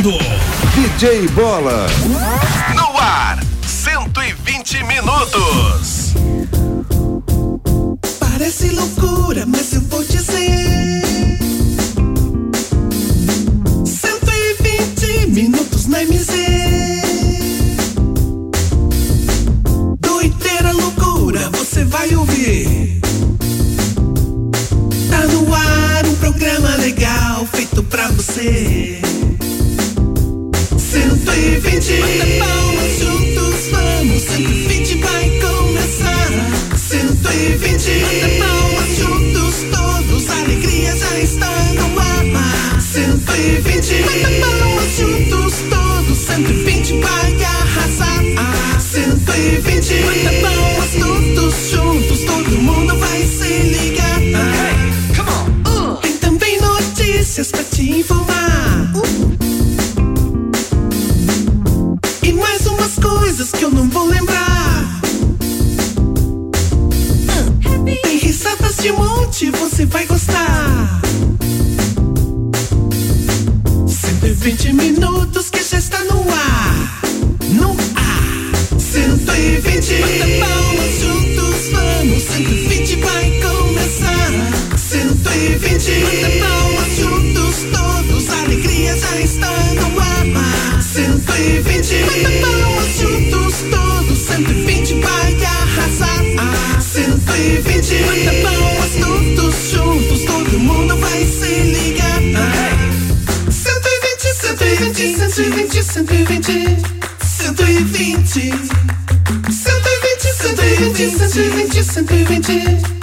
apresentando DJ Bola. No ar, 120 minutos. Parece loucura, mas eu vou dizer: 120 minutos na MZ. Doideira, loucura, você vai ouvir. Tá no ar um programa legal feito pra você. 120, bata palmas juntos, vamos. 120 vai começar. 120, bata palmas juntos todos, a alegria já está no ar. 120, bata palmas juntos todos, 120 vai arrasar. 120, bata palmas todos juntos, todo mundo vai se ligar. Tem também notícias pra te informar. E mais umas coisas que eu não vou lembrar. Tem risadas de monte, você vai gostar. 120 minutos que já está no ar. No ar. 120, bata palmas juntos, vamos. 120 vai começar. 120, bata palmas juntos todos, a alegria já está no ar. 120, bata palmas juntos todos, 120 vai arrasar. 120, bata palmas todos juntos, todo mundo vai se ligar. 120, 120, 120, 120, 120, 120, 120, 120, 120,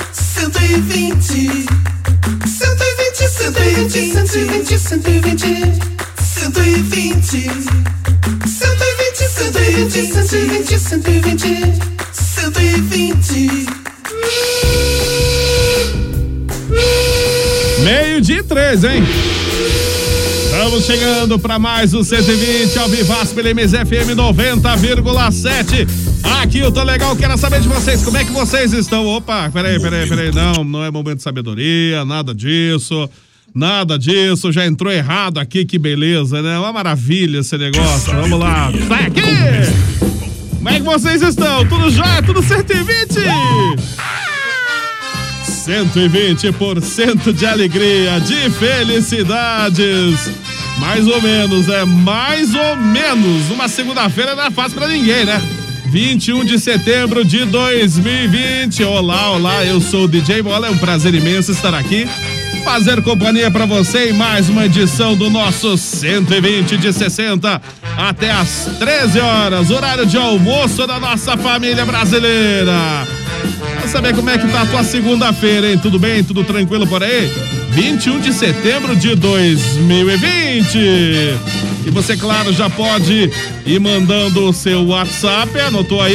120, 120, 120, 120, 120, 120, 120, 120, 120, 120. Meio-dia e 13, hein? Estamos chegando para mais um 120 ao Vivaço pela MZFM 90,7. Aqui eu tô legal, quero saber de vocês, como é que vocês estão? Opa, peraí, não é momento de sabedoria, nada disso, já entrou errado aqui, que beleza, né? Uma maravilha esse negócio, vamos lá, sai aqui! Como é que vocês estão? Tudo jóia? Tudo 120? 120% de alegria, de felicidades. Mais ou menos. Uma segunda-feira não é fácil pra ninguém, né? 21 de setembro de 2020. Olá, eu sou o DJ Bola, é um prazer imenso estar aqui, fazer companhia pra você em mais uma edição do nosso 120 de 60 até às 13 horas, horário de almoço da nossa família brasileira. Quer saber como é que tá a tua segunda-feira, hein? Tudo bem? Tudo tranquilo por aí? 21 de setembro de 2020. E você, claro, já pode ir mandando o seu WhatsApp. Anotou aí?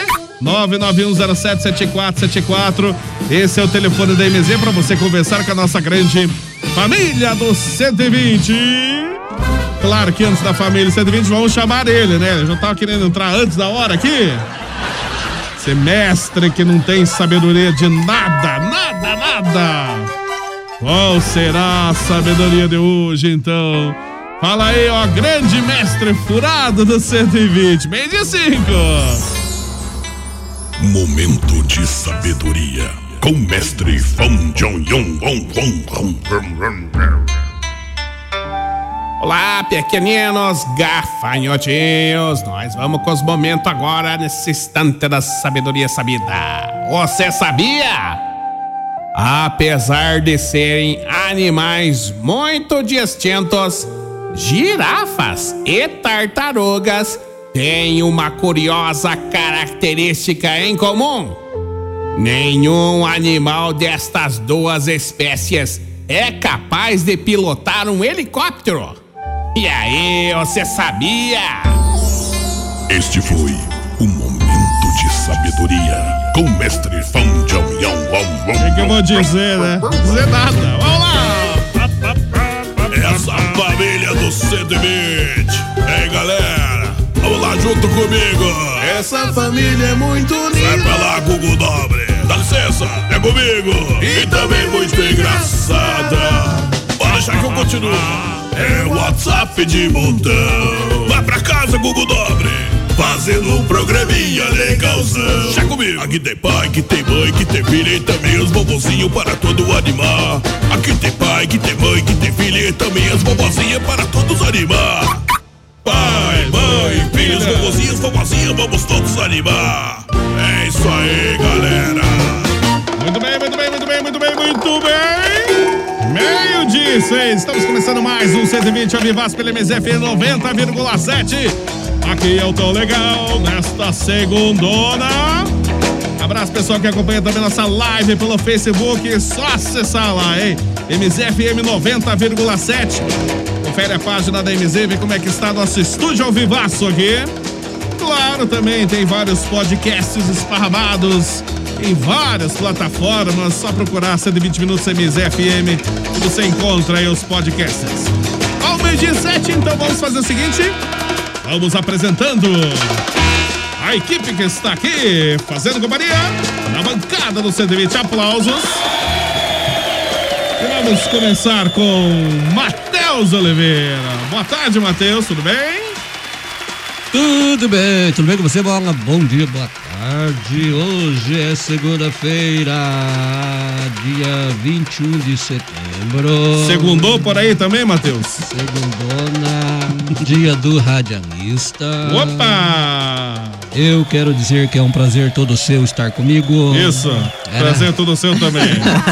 991077474. Esse é o telefone da MZ para você conversar com a nossa grande família do 120. Claro que antes da família 120 vamos chamar ele, né? Eu já tava querendo entrar antes da hora aqui. Semestre que não tem sabedoria de nada. Qual será a sabedoria de hoje, então? Fala aí, ó, grande mestre furado do 120, meio de 5. Momento de sabedoria com mestre Fão Jong Yong. Olá, pequeninos gafanhotinhos. Nós vamos com os momentos agora, nesse instante da sabedoria sabida. Você sabia? Apesar de serem animais muito distintos, girafas e tartarugas têm uma curiosa característica em comum. Nenhum animal destas duas espécies é capaz de pilotar um helicóptero. E aí, você sabia? Este foi o momento de sabedoria com o mestre Fão Jong Yong. O que eu vou dizer, né? Não dizer nada. Vamos lá! Essa família do 120. Ei, galera, vamos lá junto comigo. Essa família é muito unida. Vai pra lá, Gugu Dobre. Dá licença, é comigo. E também muito engraçada. Pode deixar que eu continuo. É WhatsApp de montão. Vai pra casa, Gugu Dobre, fazendo um programinha legalzão. Já comigo. Aqui tem pai, que tem mãe, que tem filha e também os vovozinhos para todo animar. Aqui tem pai, que tem mãe, que tem filha e também as vovozinhas para todos animar. Pai, mãe, filhos, vovozinhos, vovozinhas, vamos todos animar. É isso aí, galera. Muito bem, muito bem, muito bem, muito bem, muito bem. Meio-dia, 6. Estamos começando mais um 120 ao Vivaz pela MZFM 90,7. Aqui é o Tão Legal, nesta segundona. Abraço, pessoal que acompanha também nossa live pelo Facebook. É só acessar lá, hein? MZFM 90,7. Confere a página da MZ, vê como é que está nosso estúdio ao vivaço aqui. Claro, também tem vários podcasts esparramados em várias plataformas. Só procurar 120 Minutos MZFM e você encontra aí os podcasts. Ao meio-dia 7, então vamos fazer o seguinte. Vamos apresentando a equipe que está aqui fazendo companhia na bancada do 120. Aplausos. E vamos começar com Matheus Oliveira. Boa tarde, Matheus, tudo bem? Tudo bem com você, Bola? Bom dia, boa tarde. Hoje é segunda-feira, dia 21 de setembro. Segundou por aí também, Matheus? Segundona, dia do radialista. Opa! Eu quero dizer que é um prazer todo seu estar comigo. Isso, prazer todo seu também.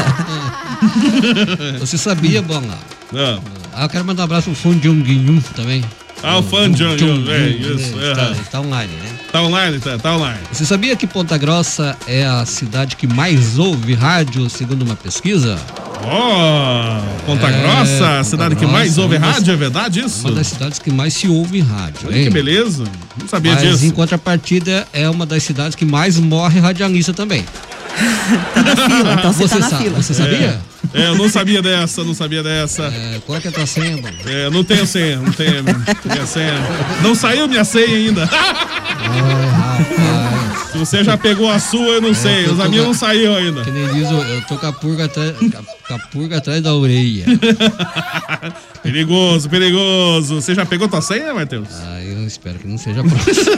Você sabia, Bola? Não. Eu quero mandar um abraço pro Fun Jung Yun também. Ah, o Fun Jung Yun, isso. Tá online, né? Tá online. Você sabia que Ponta Grossa é a cidade que mais ouve rádio, segundo uma pesquisa? Ponta Grossa, a cidade que mais ouve rádio, é verdade isso? Uma das cidades que mais se ouve rádio. Olha que beleza, não sabia disso. Mas em contrapartida é uma das cidades que mais morre radialista também. Tá na fila, então você tá na fila. Você sabia? Eu não sabia dessa. Qual é que é a tua senha, mano? Não tenho senha, minha senha. Não saiu minha senha ainda. Rapaz. Se você já pegou a sua, eu não sei. Os amigos não saíram ainda. Que nem diz, eu tô com a purga atrás da orelha. Perigoso. Você já pegou tua senha, Matheus? Eu espero que não seja a próxima.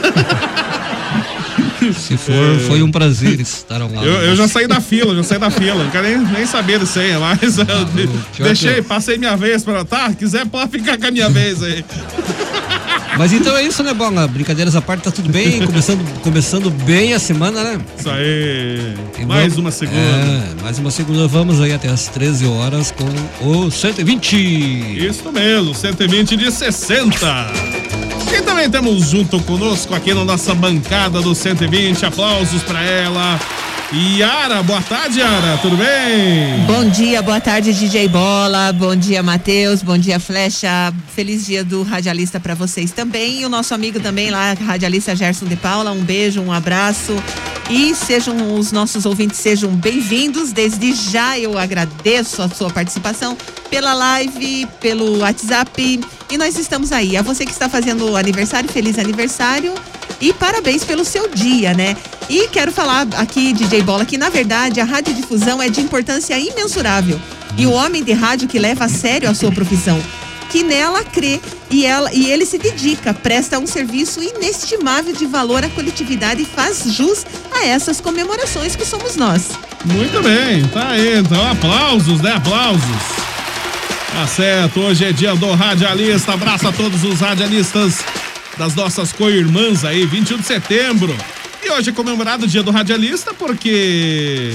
Se for, foi um prazer estar ao lado. Eu já saí da fila, não quero nem saber de senha, mas passei minha vez quiser pode ficar com a minha vez aí. Mas então é isso, né, Bola? Brincadeiras à parte, tá tudo bem, começando bem a semana, né? Isso aí, mais uma segunda. Mais uma segunda, vamos aí até as 13 horas com o 120. Isso mesmo, 120 de 60. E também temos junto conosco aqui na nossa bancada do 120, aplausos pra ela, Yara. Boa tarde, Yara, tudo bem? Bom dia, boa tarde, DJ Bola, bom dia, Matheus, bom dia, Flecha, feliz dia do radialista pra vocês também, e o nosso amigo também lá, radialista Gerson de Paula, um beijo, um abraço, e os nossos ouvintes sejam bem-vindos. Desde já eu agradeço a sua participação pela live, pelo WhatsApp, e nós estamos aí. A você que está fazendo aniversário, feliz aniversário e parabéns pelo seu dia, né? E quero falar aqui, DJ Bola, que na verdade a radiodifusão é de importância imensurável, e o homem de rádio que leva a sério a sua profissão, que nela crê e ele se dedica, presta um serviço inestimável de valor à coletividade e faz jus a essas comemorações que somos nós. Muito bem, tá aí, então aplausos, né? Aplausos. Tá certo, hoje é dia do radialista, abraço a todos os radialistas das nossas co-irmãs aí, 21 de setembro. E hoje é comemorado o dia do radialista porque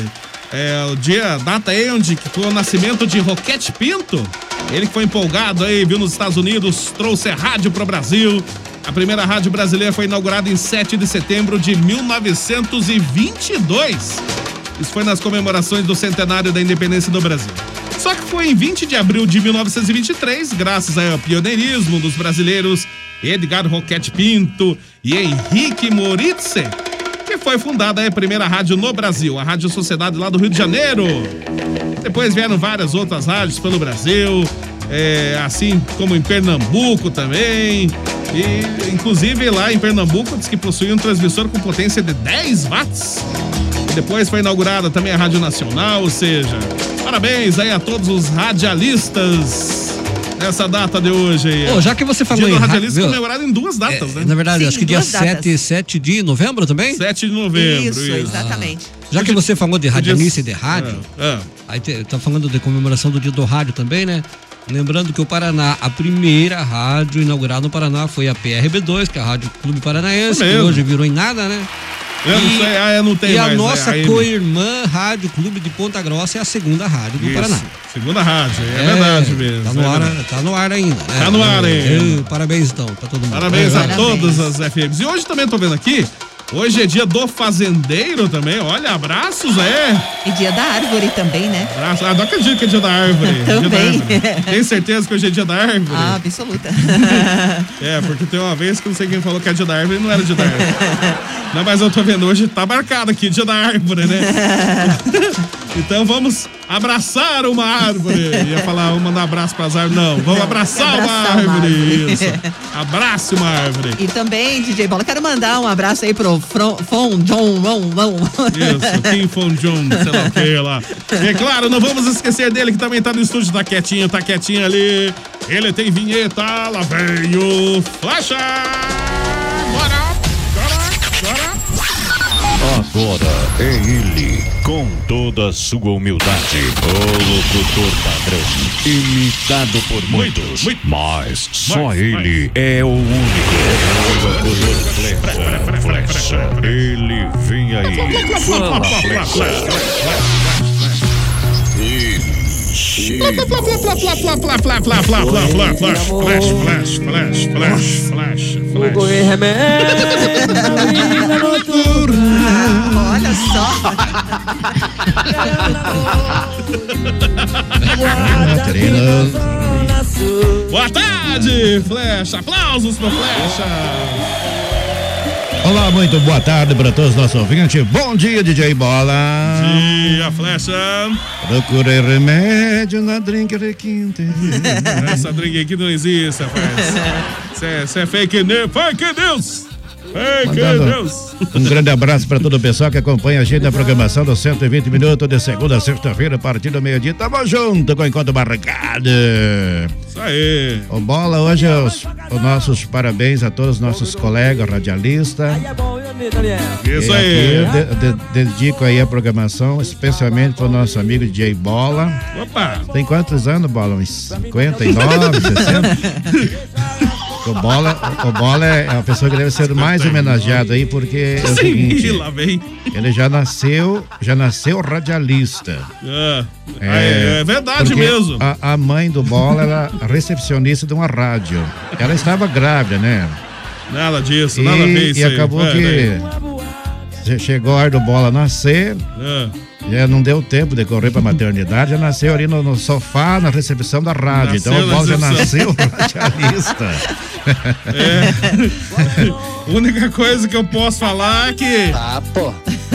é data aí onde foi o nascimento de Roquete Pinto. Ele que foi empolgado aí, viu nos Estados Unidos, trouxe a rádio pro Brasil. A primeira rádio brasileira foi inaugurada em 7 de setembro de 1922. Isso foi nas comemorações do centenário da independência do Brasil. Só que foi em 20 de abril de 1923, graças ao pioneirismo dos brasileiros Edgar Roquete Pinto e Henrique Moritze, que foi fundada a primeira rádio no Brasil, a Rádio Sociedade lá do Rio de Janeiro. Depois vieram várias outras rádios pelo Brasil, assim como em Pernambuco também. E inclusive lá em Pernambuco diz que possuía um transmissor com potência de 10 watts. E depois foi inaugurada também a Rádio Nacional, ou seja, parabéns aí a todos os radialistas nessa data de hoje aí. Ô, já que você falou Dia em do radialista comemorado em 2 datas, né? Na verdade, Sim, acho que dia 2 7 de novembro também? 7 de novembro. Isso, exatamente. Já que você falou de radialista e de rádio, É. aí tá falando de comemoração do dia do rádio também, né? Lembrando que o Paraná, a primeira rádio inaugurada no Paraná foi a PRB2, que é a Rádio Clube Paranaense, que hoje virou em nada, né? Não tem e mais. a nossa co-irmã Rádio Clube de Ponta Grossa é a segunda rádio do Paraná. Segunda rádio, é verdade mesmo. Tá no ar ainda, né? Tá no ar ainda. Parabéns então pra todo mundo. Parabéns a todas as FMs. E hoje também tô vendo aqui, hoje é dia do fazendeiro também, olha, abraços, E dia da árvore também, né? Abraços. Não acredito que é dia da árvore. Também. Tem certeza que hoje é dia da árvore? Ah, absoluta. Porque tem uma vez que eu não sei quem falou que é dia da árvore e não era dia da árvore. Não, mas eu tô vendo, hoje tá marcado aqui, dia da árvore, né? Então vamos abraçar uma árvore. Ia falar, vamos mandar abraço pras árvores. Não, vamos abraçar uma árvore. Isso. Abrace uma árvore. E também, DJ Bola, quero mandar um abraço aí pro Fon John. Isso, Kim Fon John, sei lá o que lá. E claro, não vamos esquecer dele que também tá no estúdio, tá quietinho ali. Ele tem vinheta, lá vem o Flecha. Bora! Agora é ele, com toda a sua humildade, o locutor padrão, imitado por muitos, mas só ele é o único. O locutor Flecha, ele vem aí. Fala, Flecha. Olha só. Boa tarde, Flecha. Aplausos pro Flecha. Olá, muito boa tarde para todos os nossos ouvintes. Bom dia, DJ Bola. Bom dia, Flecha. Procurei remédio na drink requinte. Essa drink aqui não existe, rapaz. Isso é fake news. Fake news. Um grande abraço para todo o pessoal que acompanha a gente na programação dos 120 minutos de segunda a sexta-feira, a partir do meio-dia. Tamo junto com o Encontro Barricada. Isso aí. O Bola, hoje os nossos parabéns a todos os nossos colegas radialistas. Isso aí. Dedico aí a programação, especialmente para o nosso amigo DJ Bola. Opa! Tem quantos anos, Bola? Uns 59, 60? O Bola é a pessoa que deve ser mais homenageado aí, porque é o seguinte, lá vem. ele já nasceu radialista. É verdade mesmo. A mãe do Bola era recepcionista de uma rádio. Ela estava grávida, né? Nada disso, nada a ver isso aí. E acabou que chegou a hora do Bola nascer. Já não deu tempo de correr pra maternidade, já nasceu ali no sofá, na recepção da rádio. Então o Bola já nasceu radialista. A única coisa que eu posso falar é que... Papo.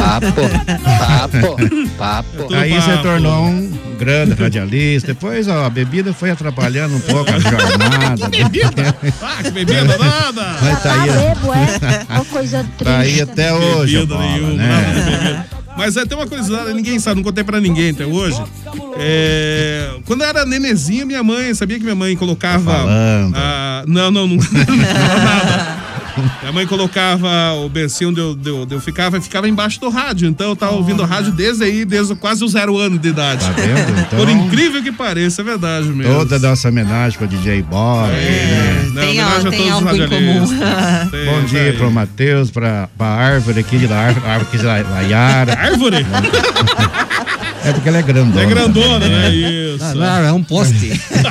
Aí você tornou um grande radialista. Depois a bebida foi atrapalhando um pouco a jornada. Que bebida nada! Mas tá aí, coisa triste. Tá aí até hoje, bebida Bola, nenhuma, né? nada de bebida. Mas tem uma coisa, ninguém sabe, não contei pra ninguém até hoje. Quando eu era nenenzinho, minha mãe, sabia que minha mãe colocava... Não nada. Minha mãe colocava o bercinho onde eu ficava embaixo do rádio. Então eu tava ouvindo rádio desde quase os 0 anos de idade. Tá vendo? Então, por incrível que pareça, é verdade mesmo. Toda a nossa homenagem pro DJ Bola. Tem algo em comum. Bom dia pro Matheus, pra árvore aqui de árvore que da Yara. Árvore? É porque ela é grandona. É grandona, né? Isso. Não, é um poste.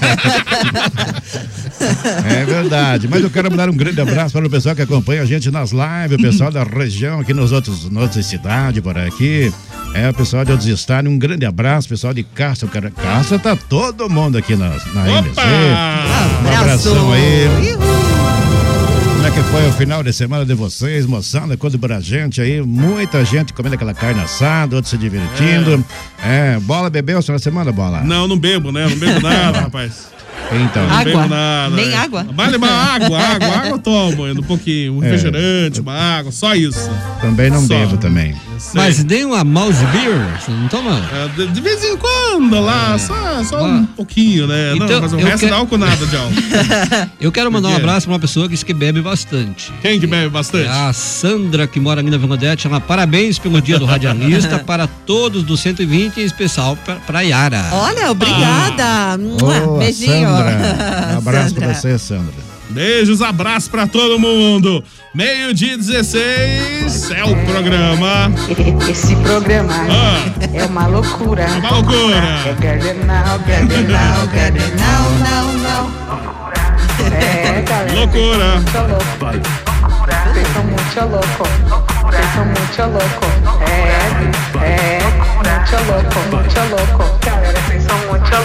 É verdade. Mas eu quero mandar um grande abraço para o pessoal que acompanha a gente nas lives, o pessoal da região aqui nas outras cidades por aqui. O pessoal de outros estados, um grande abraço, pessoal de Castro. Castro tá todo mundo aqui na MC. Um abração aí. Como é que foi o final de semana de vocês, moçada? Quando pra gente aí, muita gente comendo aquela carne assada, outros se divertindo. Bola bebeu essa semana, Bola? Não bebo, né? Não bebo nada, rapaz. Então, não bebo nada. Nem água? Vale água eu tomo, um pouquinho. Um refrigerante, uma água, só isso. Também não bebo também. Mas nem uma mouse beer, você não toma? De vez em quando, lá, só um pouquinho, né? Então, não, mas o resto não álcool nada de álcool. Eu quero mandar um abraço pra uma pessoa que diz que bebe bastante. Quem que bebe bastante? É a Sandra, que mora ali na Vingodete. Ela, parabéns pelo dia do radialista para todos do 120, em especial pra Yara. Olha, obrigada. Beijinho. Sandra. Um abraço pra você, Sandra. Beijos, abraço pra todo mundo. 12:16 é o programa. Esse programa é uma loucura. Uma loucura. É Gardenal, não. É, galera. Loucura. Vocês são muito loucos. É, muito louco. Galera, vocês são muito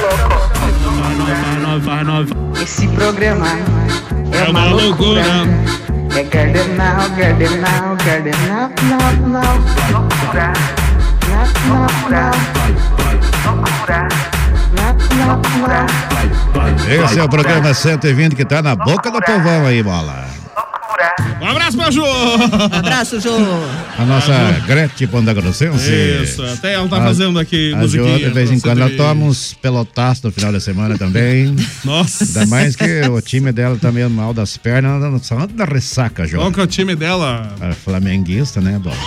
loucos. Esse programa é uma loucura. É Gardenal, não. Loucura. Esse é o programa 120 que tá na boca do povão aí, Bola. Um abraço pra Ju. Abraço, Ju. A nossa Gretchen Pontagrossense. Isso, até ela tá fazendo aqui a musiquinha. Ju, de vez em quando ela toma uns pelotaços no final da semana também. Nossa. Ainda mais que o time dela tá meio mal das pernas, só anda da ressaca, Ju. Qual que é o time dela? A flamenguista, né, Bola?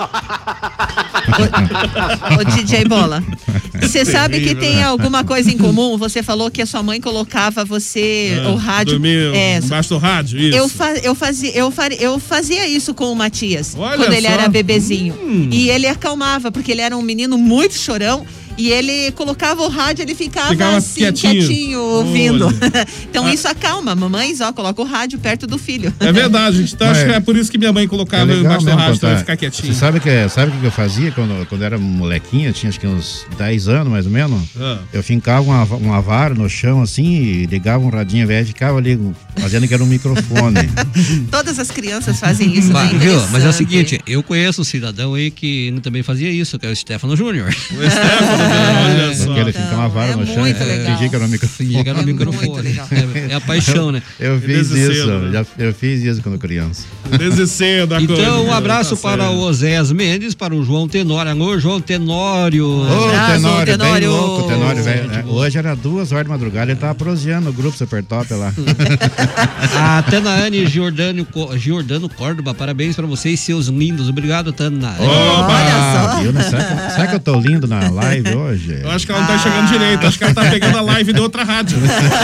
Ô DJ Bola, você sabe que tem alguma coisa em comum? Você falou que a sua mãe colocava o rádio embaixo do rádio, isso. Eu fazia isso com o Matias. Olha quando ele só. era bebezinho. E ele acalmava, porque ele era um menino muito chorão. E ele colocava o rádio, ele ficava assim, quietinho ouvindo. Então isso acalma. Mamães, coloca o rádio perto do filho. É verdade, gente. Então acho que é por isso que minha mãe colocava embaixo do rádio pra ficar quietinho. Você sabe o que eu fazia quando eu era molequinha, tinha acho que uns 10 anos mais ou menos? Eu fincava uma vara no chão assim e ligava um radinho velho e ficava ali fazendo que era um microfone. Todas as crianças fazem isso, né? Mas é o seguinte, eu conheço um cidadão aí que também fazia isso, que é o Stefano Júnior. O Stefano, olha só. Porque ele fica uma vara no chão e fingia que era um microfone. É a paixão, né? Eu fiz isso, eu fiz isso quando criança. Desde cedo, então, um abraço para o Oséias Mendes, para o João Tenório. Alô, João Tenório. Ô, Tenório, bem louco, Tenório, velho. Hoje era 2 horas de madrugada, ele tava proseando o grupo Super Top lá. A Tanaane Giordano Córdoba, parabéns pra vocês, seus lindos. Obrigado, Tana. Olha só. Será que eu tô lindo na live hoje? Eu acho que ela não tá chegando direito, acho que ela tá pegando a live de outra rádio.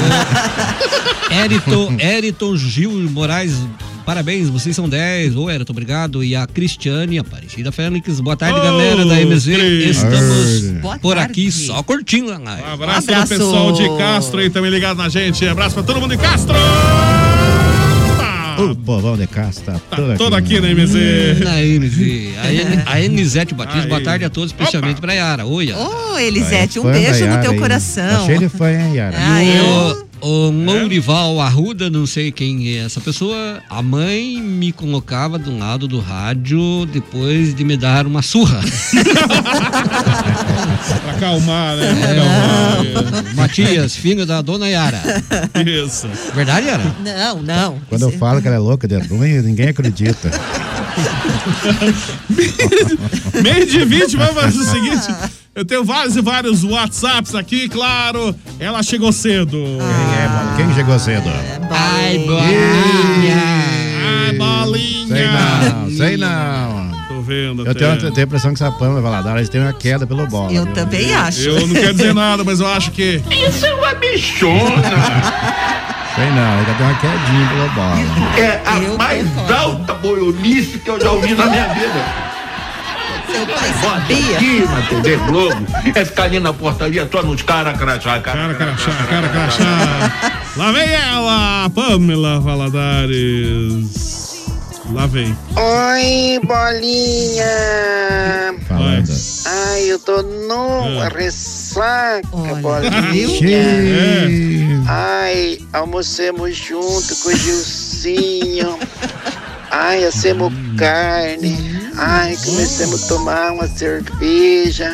Eriton Gil Moraes, parabéns, vocês são 10. Ô, Eriton, obrigado. E a Cristiane Aparecida Félix, boa tarde, galera da MZ. Estamos por aqui só curtindo a live. Um abraço pro pessoal de Castro aí também ligado na gente. Abraço pra todo mundo de Castro. O povão de Castro tá todo aqui na MZ. Na MZ. A Elisete Batista, boa tarde a todos, especialmente pra Yara. Oi, Yara. Ô, Elisete, um beijo no teu coração. Tá cheio de fã, hein, Yara? O Mourival Arruda, não sei quem é essa pessoa, a mãe me colocava do lado do rádio depois de me dar uma surra. Pra acalmar, né? Matias, filho da dona Yara. Isso. Verdade, Yara? Não. Quando eu falo que ela é louca de ruim, ninguém acredita. Meio de 20, vamos fazer o seguinte. Eu tenho vários e vários WhatsApps aqui, claro. Ela chegou cedo. Quem chegou cedo? Ai, bolinha. Ai, bolinha. Sei não. Tô vendo. Eu tenho a impressão que essa Pamela Valadares eles têm uma queda pelo Bola. Eu também acho. Eu não quero dizer nada, mas eu acho que... Isso é uma bichona. Sei não, ainda tem uma quedinha pelo Bola. É a mais alta boiolice que eu já ouvi na minha vida. Seu pai sabia. Aqui na TV Globo é ficar ali na portaria só nos cara crachá. Lá vem ela, Pamela Valadares. Lá vem. Oi, bolinha. Falando. Ai, eu tô numa ressaca, bolinha. Ai, almocemos junto com o Gilcinho. Ai, assemos carne. Ai, comecemos a tomar uma cerveja.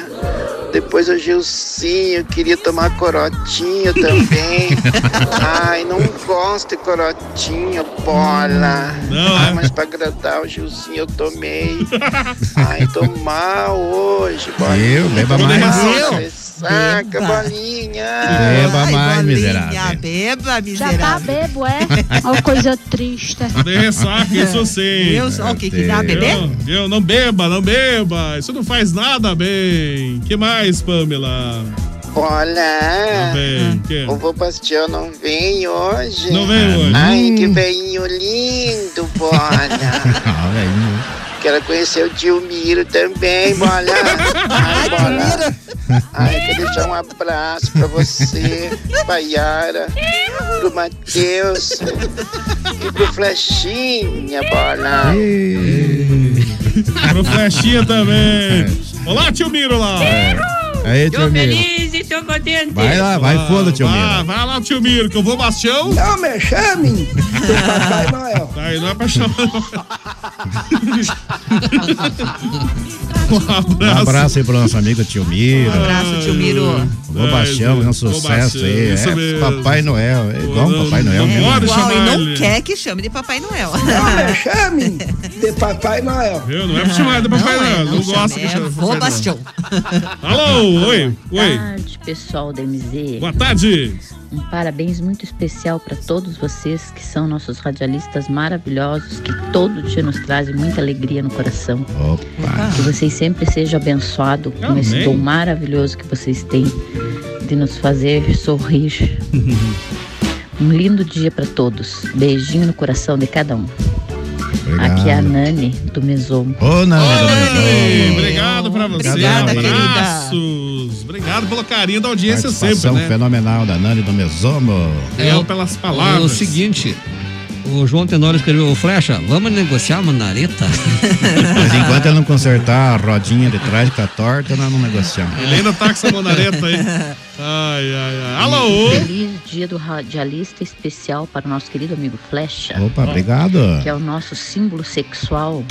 Depois o Gilcinho queria tomar corotinho também. Ai, não gosto de corotinho, bola. Não, Ai, mas pra agradar o Gilzinho eu tomei. Ai, tô mal hoje, bola. Eu, beba mais. Saca, bolinha. Beba mais, miserável. Beba, Já miserável. tá bebo, é? Ó, coisa triste. De ressaca, isso sim. Deus, ó, o que dá, beber? Eu não beba, não beba. Isso não faz nada bem. Que mais, Pamela? Olha, Vem, que? o vô Bastião não vem hoje. Não vem hoje. Ai, que veinho lindo, bola. Quero conhecer o tio Miro também, bola. Ai, bola. Ai, quero deixar um abraço pra você, pra Yara, pro Matheus e pro Flechinha, bola. Pro Flechinha também. Olá, tio Miro lá. Aí, tio Miro. Feliz e tô contente. Vai lá, vai foda, tio Miro. Vai lá, tio Miro, que eu vou Bastião. Não me chame do Papai Noel. Aí não é pra chamar. Um abraço aí pro nosso amigo tio Miro. Um abraço, tio Miro. O Bastião, é um sucesso aí. É Papai Noel. É igual um Papai Noel mesmo. Igual, e não quer que chame de Papai Noel. Não me chame de Papai Noel. Não é pra chamar de Papai Noel. Não gosto que chame. Vô Bastião. Alô, oi. Boa tarde, pessoal da MZ. Boa tarde. Um parabéns muito especial para todos vocês que são nossos radialistas maravilhosos, que todo dia nos trazem muita alegria no coração. Opa. Que vocês sempre sejam abençoados com esse dom maravilhoso que vocês têm de nos fazer sorrir. Um lindo dia para todos. Beijinho no coração de cada um. Obrigado. Aqui é a Nani do Mesomo. Ô, Nani do Mesomo. Obrigado pra você. Obrigada, Abraços. Obrigado pelo carinho da audiência sempre, né? Fenomenal da Nani do Mesomo. Pelas palavras. É o seguinte, o João Tenório escreveu: ô Flecha, vamos negociar uma manareta? Mas enquanto ele não consertar a rodinha de trás que tá torta, nós não negociamos. Ele ainda tá com essa manareta aí. Ai. Alô? Feliz dia do radialista especial para o nosso querido amigo Flecha. Opa, obrigado. Que é o nosso símbolo sexual.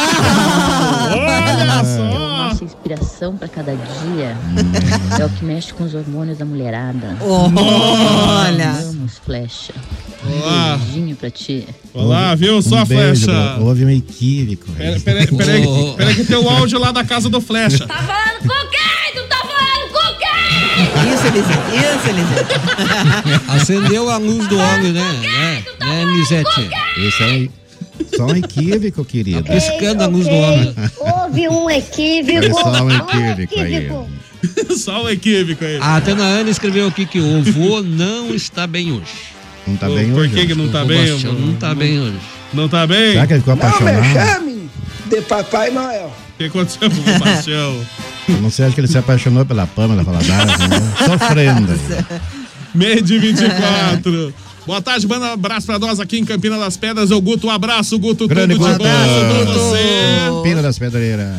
Olha só! É a nossa inspiração para cada dia. É o que mexe com os hormônios da mulherada. Olha! Vamos, Flecha. Olá. Beijinho pra ti. Olá, viu? Só beijo, Flecha. Houve um equívoco. Peraí que tem o áudio lá da casa do Flecha. Tá falando com quem? Tu tá falando com quem? Isso, Elisete. Acendeu a luz do homem, né, Elisete? Isso aí. Só um equívoco, querido. Tá piscando a luz do homem. Houve um equívoco. Foi só um equívoco aí. Só um equívoco aí. A Tana Ana escreveu aqui que o vô não está bem hoje. Não tá bem hoje? Por que não tá O bem? Bastião não tá bem hoje. Não tá bem? Será que ele ficou apaixonado? Não me chame de Papai Noel. O que aconteceu com o Bastião? Eu não sei, acho que ele se apaixonou pela Pamela Valadares, né? Sofrendo. Meio de 24. Boa tarde, manda um abraço pra nós aqui em Campina das Pedras. O Guto, um abraço, Guto. Grande tudo de Guto. bom pra você. Campina das Pedreiras.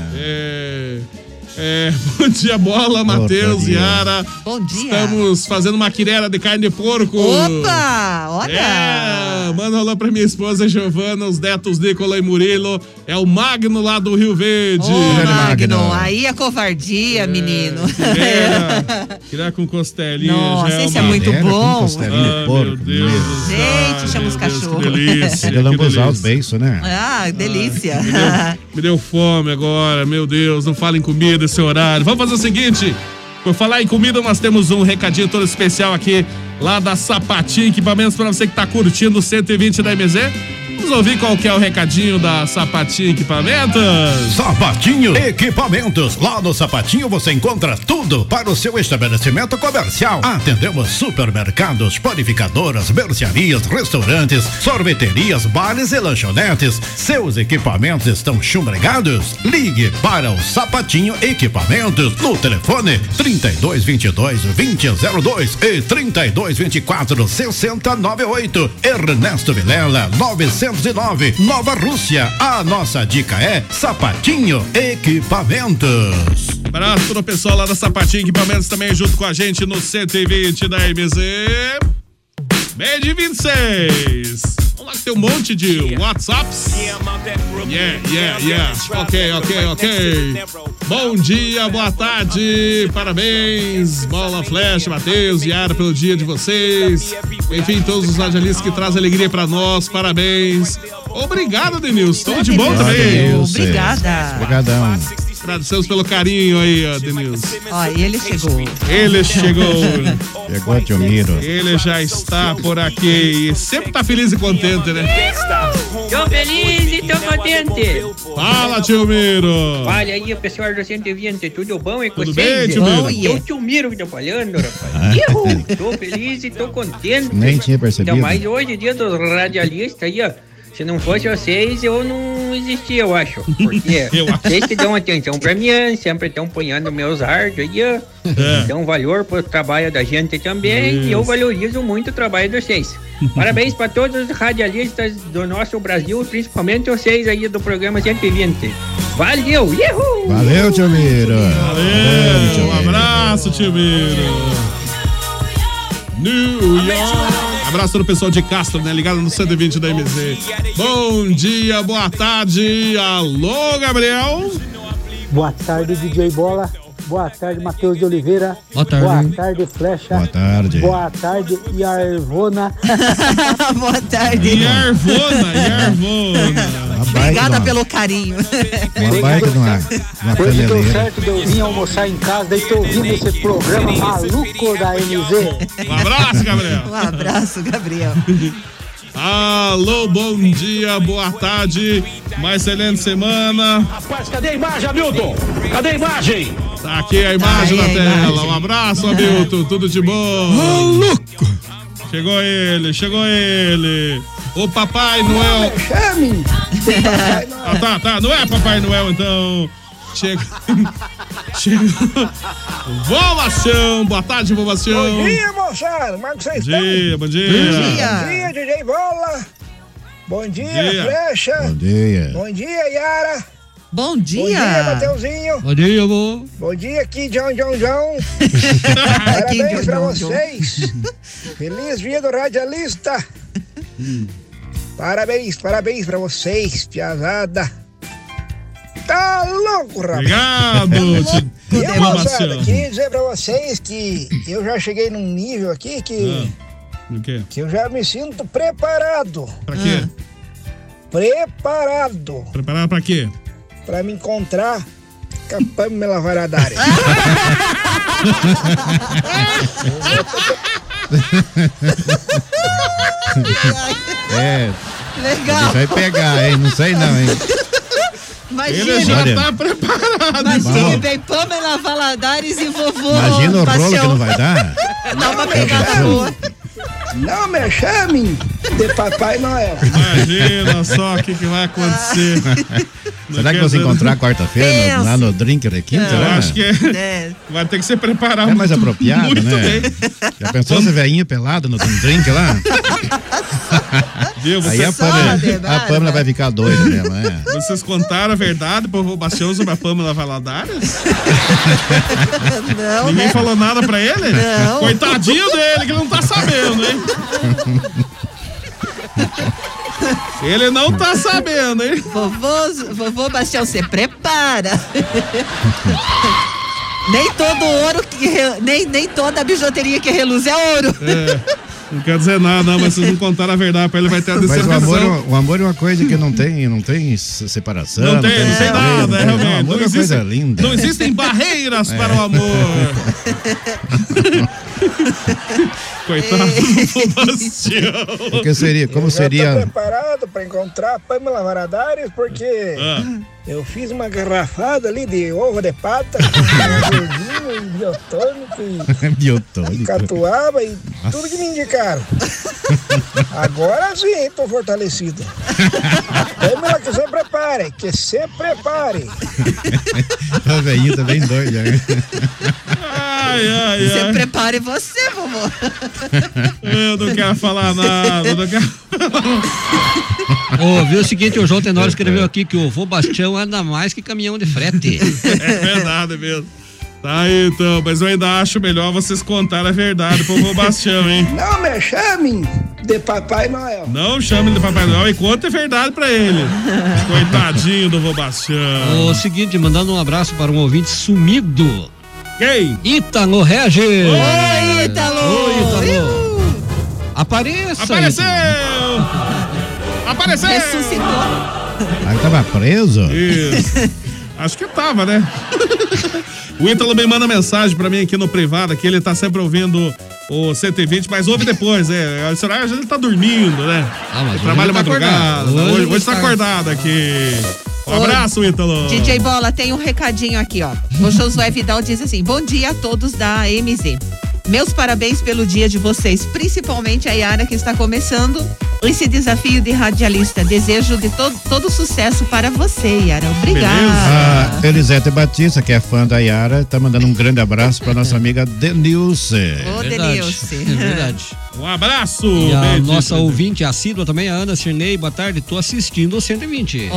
Bom dia, Bola, Matheus, dia. Yara. Bom dia. Estamos fazendo uma quirera de carne de porco. Opa, olha. Manda um alô pra minha esposa Giovana, os netos Nicola e Murilo. É o Magno lá do Rio Verde. Ô, Magno, aí é covardia, menino. Queria com costelinha. Nossa, esse é muito bom. Costelinha de porco. Meu Deus. Gente, chama os cachorros. Que delícia. Ele lambuzar os beiços, né? Ah, delícia. Me deu fome agora, meu Deus. Não falem comida esse horário. Vamos fazer o seguinte. Por falar em comida, nós temos um recadinho todo especial aqui, lá da Sapatinho Equipamentos, pra você que tá curtindo o 120 da MZ. Vamos ouvir qual que é o recadinho da Sapatinho Equipamentos? Sapatinho Equipamentos. Lá no Sapatinho você encontra tudo para o seu estabelecimento comercial. Atendemos supermercados, panificadoras, mercearias, restaurantes, sorveterias, bares e lanchonetes. Seus equipamentos estão chumbregados? Ligue para o Sapatinho Equipamentos no telefone 3222-2002 e 3224-6098. Ernesto Vilela, 909, Nova Rússia. A nossa dica é Sapatinho Equipamentos. Abraço pro pessoal lá da Sapatinho Equipamentos também junto com a gente no 120 da MZ. Meio de 26. Vamos lá que tem um monte de WhatsApps. Yeah. Ok. Bom dia, boa tarde, parabéns, Bola, Flecha, Matheus, Yara, pelo dia de vocês. Enfim, todos os radialistas que trazem alegria pra nós, parabéns. Obrigado, Denilson. Tudo de bom também. Obrigada. Obrigadão. Agradecemos pelo carinho aí, ó, Denilson. Ó, e ele chegou. Chegou, tio Miro. Ele já está por aqui e sempre tá feliz e contente, né? Tô feliz e tô contente. Fala, tio Miro. Olha aí, pessoal do 120, tudo bom e com Tudo vocês? bem, tio Miro? É o tio Miro que tá falando, rapaz. Tô feliz e tô contente. Nem tinha percebido. Ainda mais hoje, dia dos radialistas aí, ó. Se não fosse vocês, eu não existia, eu acho. Porque vocês que dão atenção pra mim, sempre estão apoiando meus áudios aí, ó. Dão valor pro trabalho da gente também. E eu valorizo muito o trabalho de vocês. Parabéns pra todos os radialistas do nosso Brasil, principalmente vocês aí do programa 120. Valeu! Uhul! Valeu, tio Miro. Valeu, um abraço, tio Miro. New York. Abraço todo o pessoal de Castro, né? Ligado no 120 da MZ. Bom dia, boa tarde. Alô, Gabriel. Boa tarde, DJ Bola. Boa tarde, Matheus de Oliveira. Boa tarde. Boa tarde, Flecha. Boa tarde. Boa tarde, Yarvona. Boa tarde. Yarvona. Obrigada pelo carinho. Uma baita de uma Hoje deu caneleira. certo de eu vir almoçar em casa, daí tô ouvindo esse programa maluco da MZ. Um abraço, Gabriel. Um abraço, Gabriel. Alô, bom dia, boa tarde. Uma excelente semana. Rapaz, cadê a imagem, Hamilton? Cadê a imagem? Tá aqui a imagem na tela. Um abraço, Hamilton. Tudo de bom. Maluco. Chegou ele. O Papai Noel. Chame! Tá. Não é Papai Noel, então. Chega. Vó Bastião. Boa tarde, Vó Bastião. Bom dia, moçada. Como é que vocês estão? Bom dia. Bom dia, DJ Bola. Bom dia, Flecha. Bom dia. Bom dia, Yara. Bom dia. Bom dia, Mateuzinho. Bom dia, amor. Bom dia, aqui, John. Parabéns pra vocês. Feliz dia do radialista. Parabéns pra vocês, piazada. Tá louco, rapaz. Obrigado. E a moçada, queria dizer pra vocês que eu já cheguei num nível aqui que eu já me sinto preparado. Pra quê? Preparado. Preparado pra quê? Pra me encontrar com a Pamela Valadares. Legal. Vai pegar, hein? Não sei não, hein? Imagina, ele já tá preparado. Imagina, vem Pamela Valadares e vovô. Imagina o rolo que não vai dar. Dá uma pegada boa. Não me chamem de Papai Noel. Imagina só o que vai acontecer. Será que vamos encontrar quarta-feira lá no Drink Requinta? Eu acho que vai ter que se preparar é mais apropriado, muito né? bem. Já pensou ser velhinha pelada no drink lá? Viu? Aí a Pamela vai ficar doida mesmo, né? Vocês contaram a verdade pro Bastião sobre a Pamela Valadares? Não, Ninguém falou nada pra ele? Não. Coitadinho dele, que ele não tá sabendo, hein? Ele não tá sabendo, hein? Vovô Bastião, você prepara. Nem todo ouro, nem toda bijuteria que reluz é ouro. Não quer dizer nada, não, mas vocês não contaram a verdade pra ele, vai ter a decepção. Mas o amor é uma coisa que não tem separação. Não tem nada, realmente. O amor é uma coisa linda. Não existem barreiras para o amor. Coitado do Bastião. Como seria? Eu tô preparado pra encontrar a Pamela Valadares porque eu fiz uma garrafada ali de ovo de pata, biotônico e catuaba e tudo que me indicaram. Agora sim, tô fortalecido. Pamela, que se prepare. O velhinho tá bem doido, né? Você prepare você, vovô. Eu não quero falar nada, Viu o seguinte, o João Tenório escreveu aqui que o vô Bastião anda mais que caminhão de frete. É verdade mesmo. Tá aí, então, mas eu ainda acho melhor vocês contarem a verdade pro vô Bastião, hein? Não me chamem de Papai Noel. Não chame de Papai Noel e conta a verdade pra ele. Coitadinho do vô Bastião. O seguinte, mandando um abraço para um ouvinte sumido. Quem? Ítalo Regis. Oi, Ítalo. Oi, Ítalo. Apareça. Apareceu. Apareceu. Ressuscitou. Aí tava preso? Isso. Acho que tava, né? O Ítalo me manda mensagem pra mim aqui no privado, que ele tá sempre ouvindo o 120, mas ouve depois, né? Esse horário ele tá dormindo, né? Ele trabalha madrugada. Hoje tá acordado aqui. Um abraço, Ítalo. DJ Bola, tem um recadinho aqui, ó. O Josué Vidal diz assim: bom dia a todos da MZ. Meus parabéns pelo dia de vocês, principalmente a Yara, que está começando esse desafio de radialista. Desejo de todo sucesso para você, Yara. Obrigada. A Elisete Batista, que é fã da Yara, tá mandando um grande abraço para nossa amiga Denilce. Ô, Denilce. É verdade. Um abraço. E a nossa ouvinte assídua também, a Ana Cirnei. Boa tarde, tô assistindo o 120.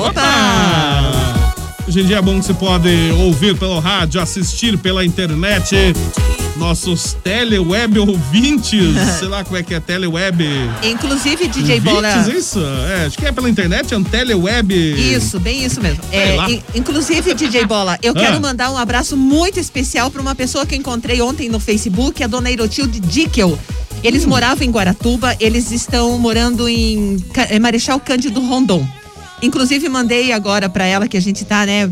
Opa! Hoje em dia é bom que você pode ouvir pelo rádio, assistir pela internet. Nossos teleweb ouvintes, sei lá como é que é teleweb. Inclusive, DJ Bola. Isso? É, acho que é pela internet, é um teleweb. Isso, bem isso mesmo. Inclusive, DJ Bola, eu quero mandar um abraço muito especial para uma pessoa que eu encontrei ontem no Facebook, a dona Irotilde Dickel. Eles moravam em Guaratuba, eles estão morando em Marechal Cândido Rondon. Inclusive, mandei agora pra ela, que a gente tá, né,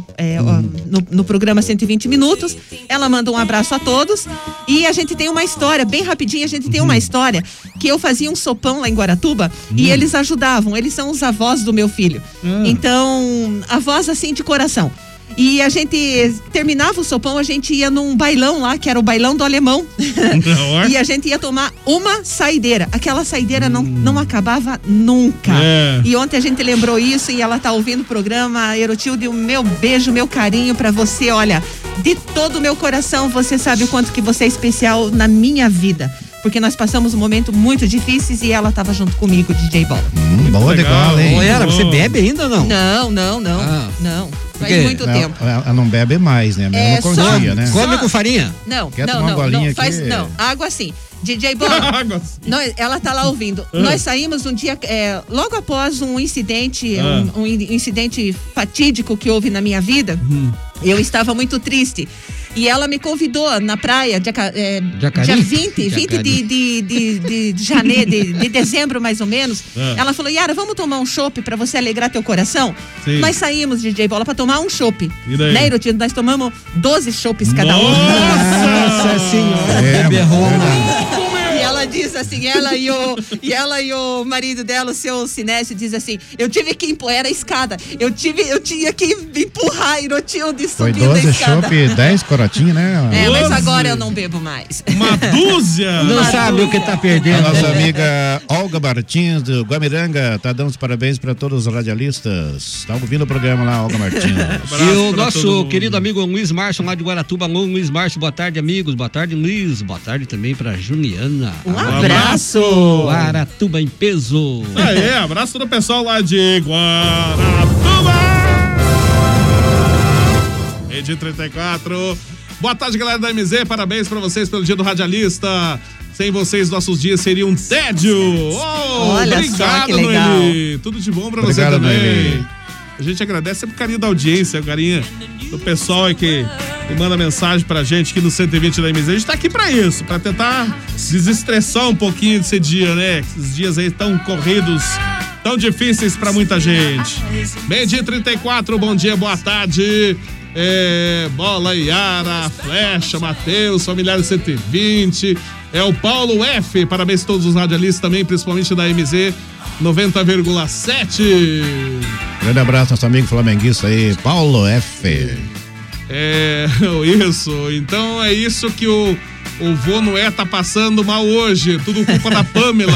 no programa 120 Minutos. Ela manda um abraço a todos. E a gente tem uma história, bem rapidinho, a gente tem uma história que eu fazia um sopão lá em Guaratuba e eles ajudavam. Eles são os avós do meu filho. Então, avós assim de coração. E a gente terminava o sopão, a gente ia num bailão lá, que era o bailão do alemão. E a gente ia tomar uma saideira. Aquela saideira não acabava nunca. E ontem a gente lembrou isso e ela tá ouvindo o programa. Erotilde, o meu beijo, meu carinho pra você. Olha, de todo o meu coração, você sabe o quanto que você é especial na minha vida. Porque nós passamos um momento muito difíceis e ela tava junto comigo, DJ Bola. Boa, legal, hein? Ô, Yara, você bebe ainda ou não? Não. Faz muito tempo. Ela não bebe mais, né? Mesmo com dia, né? Come com farinha? Não, Quer tomar uma bolinha aqui? Não, água sim. DJ Bola, ela tá lá ouvindo. Nós saímos um dia, logo após um incidente, um incidente fatídico que houve na minha vida. Eu estava muito triste. E ela me convidou na praia, dia 20 de janeiro, de dezembro mais ou menos. Ela falou: Yara, vamos tomar um chopp pra você alegrar teu coração? Sim. Nós saímos, DJ Bola, pra tomar um chopp. Né, Irotilde? Nós tomamos 12 chopps cada um. Nossa senhora! E ela diz assim, ela e o marido dela, o seu Sinésio, diz assim: eu tive que empurrar a escada. Eu tinha que empurrar Irotilde subindo a escada. Foi 12 chopp, 10 corotinhos, né? Mas agora eu não bebo mais. Uma dúzia! Não sabe o que tá perdendo. A nossa amiga Olga Martins, do Guamiranga, tá dando os parabéns pra todos os radialistas. Tá ouvindo o programa lá, Olga Martins. E o nosso querido amigo Luiz Márcio, lá de Guaratuba. Alô, Luiz Márcio, boa tarde, amigos. Boa tarde, Luiz. Boa tarde também pra Juliana. Um abraço! Guaratuba em peso. Abraço do pessoal lá de Guaratuba. Rede 34. Boa tarde, galera da MZ. Parabéns pra vocês pelo dia do radialista. Sem vocês, nossos dias seriam um tédio. Olha obrigado, só que legal. Noeli. Tudo de bom pra você também. Noeli. A gente agradece sempre o carinho da audiência, o carinho do pessoal que manda mensagem pra gente aqui no 120 da MZ. A gente tá aqui pra isso, pra tentar desestressar um pouquinho desse dia, né? Esses dias aí tão corridos, tão difíceis pra muita gente. Meio-dia 34, bom dia, boa tarde. Bola, Yara, Flecha, Matheus, familiares 120. É o Paulo F. Parabéns a todos os radialistas também, principalmente da MZ 90,7. Grande abraço, nosso amigo flamenguista aí, Paulo F. Isso. Então é isso que o vô Noé tá passando mal hoje. Tudo culpa da Pamela.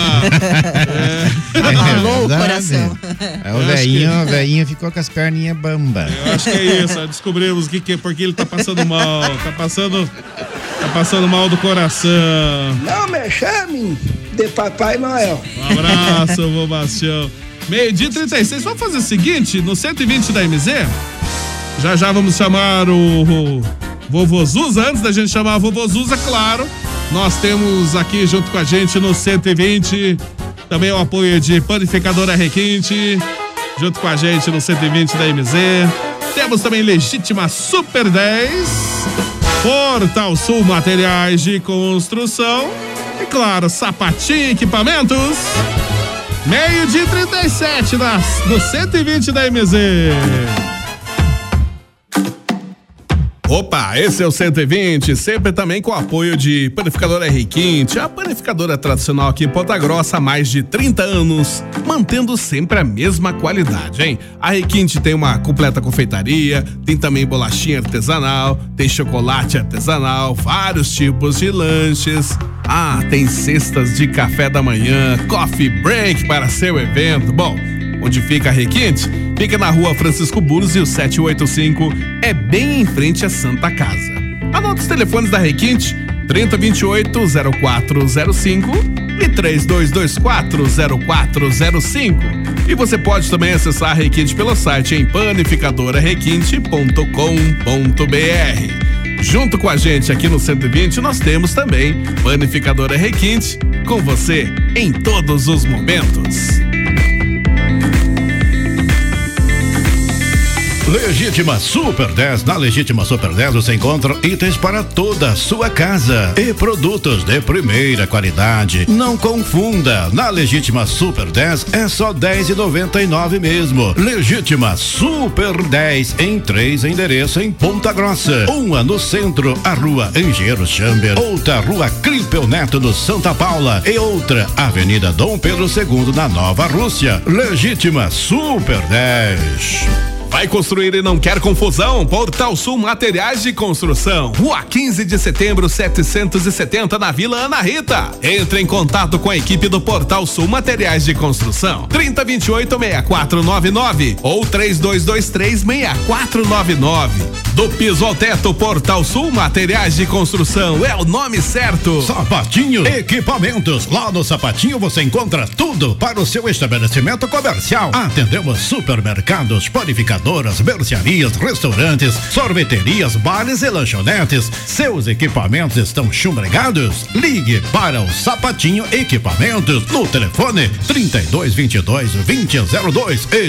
Alô, coração. O velhinho ficou com as perninhas bamba. Eu acho que é isso. Descobrimos porque ele tá passando mal. Tá passando mal do coração. Não me chame de Papai Noel. Um abraço, vô Bastião. Meio-dia 36. Vamos fazer o seguinte: no 120 da MZ, já vamos chamar o Vovô Zuza. Antes da gente chamar a Vovô Zuza, claro, nós temos aqui junto com a gente no 120 Também o apoio de Panificadora Requinte, junto com a gente no 120 da MZ. Temos também Legítima Super 10, Portal Sul Materiais de Construção e, claro, Sapatinho Equipamentos. 12:37 no 120 da MZ. Opa, esse é o 120, sempre também com o apoio de Panificadora Requinte, a panificadora tradicional aqui em Ponta Grossa há mais de 30 anos, mantendo sempre a mesma qualidade, hein? A Requinte tem uma completa confeitaria, tem também bolachinha artesanal, tem chocolate artesanal, vários tipos de lanches. Tem cestas de café da manhã, coffee break para seu evento. Bom, onde fica a Requinte? Fica na rua Francisco Búzios, 785, é bem em frente à Santa Casa. Anota os telefones da Requinte, 3028-0405 e 3224-0405. E você pode também acessar a Requinte pelo site em panificadorarequinte.com.br. Junto com a gente aqui no 120, nós temos também Panificadora Requinte, com você em todos os momentos. Legítima Super 10. Na Legítima Super 10 você encontra itens para toda a sua casa e produtos de primeira qualidade. Não confunda, na Legítima Super 10 é só R$10,99 mesmo. Legítima Super 10 em 3 endereços em Ponta Grossa. Uma no centro, a Rua Engenheiro Chamber, outra Rua Clipeu Neto no Santa Paula e outra Avenida Dom Pedro II na Nova Rússia. Legítima Super 10. Vai construir e não quer confusão? Portal Sul Materiais de Construção. Rua 15 de setembro, 770, na Vila Ana Rita. Entre em contato com a equipe do Portal Sul Materiais de Construção. 3028-6499 ou 3223-6499. Do piso ao teto, Portal Sul Materiais de Construção é o nome certo. Sapatinho Equipamentos. Lá no Sapatinho você encontra tudo para o seu estabelecimento comercial. Atendemos supermercados, panificadoras, mercearias, restaurantes, sorveterias, bares e lanchonetes. Seus equipamentos estão chumbregados? Ligue para o Sapatinho Equipamentos no telefone 3222-2002 e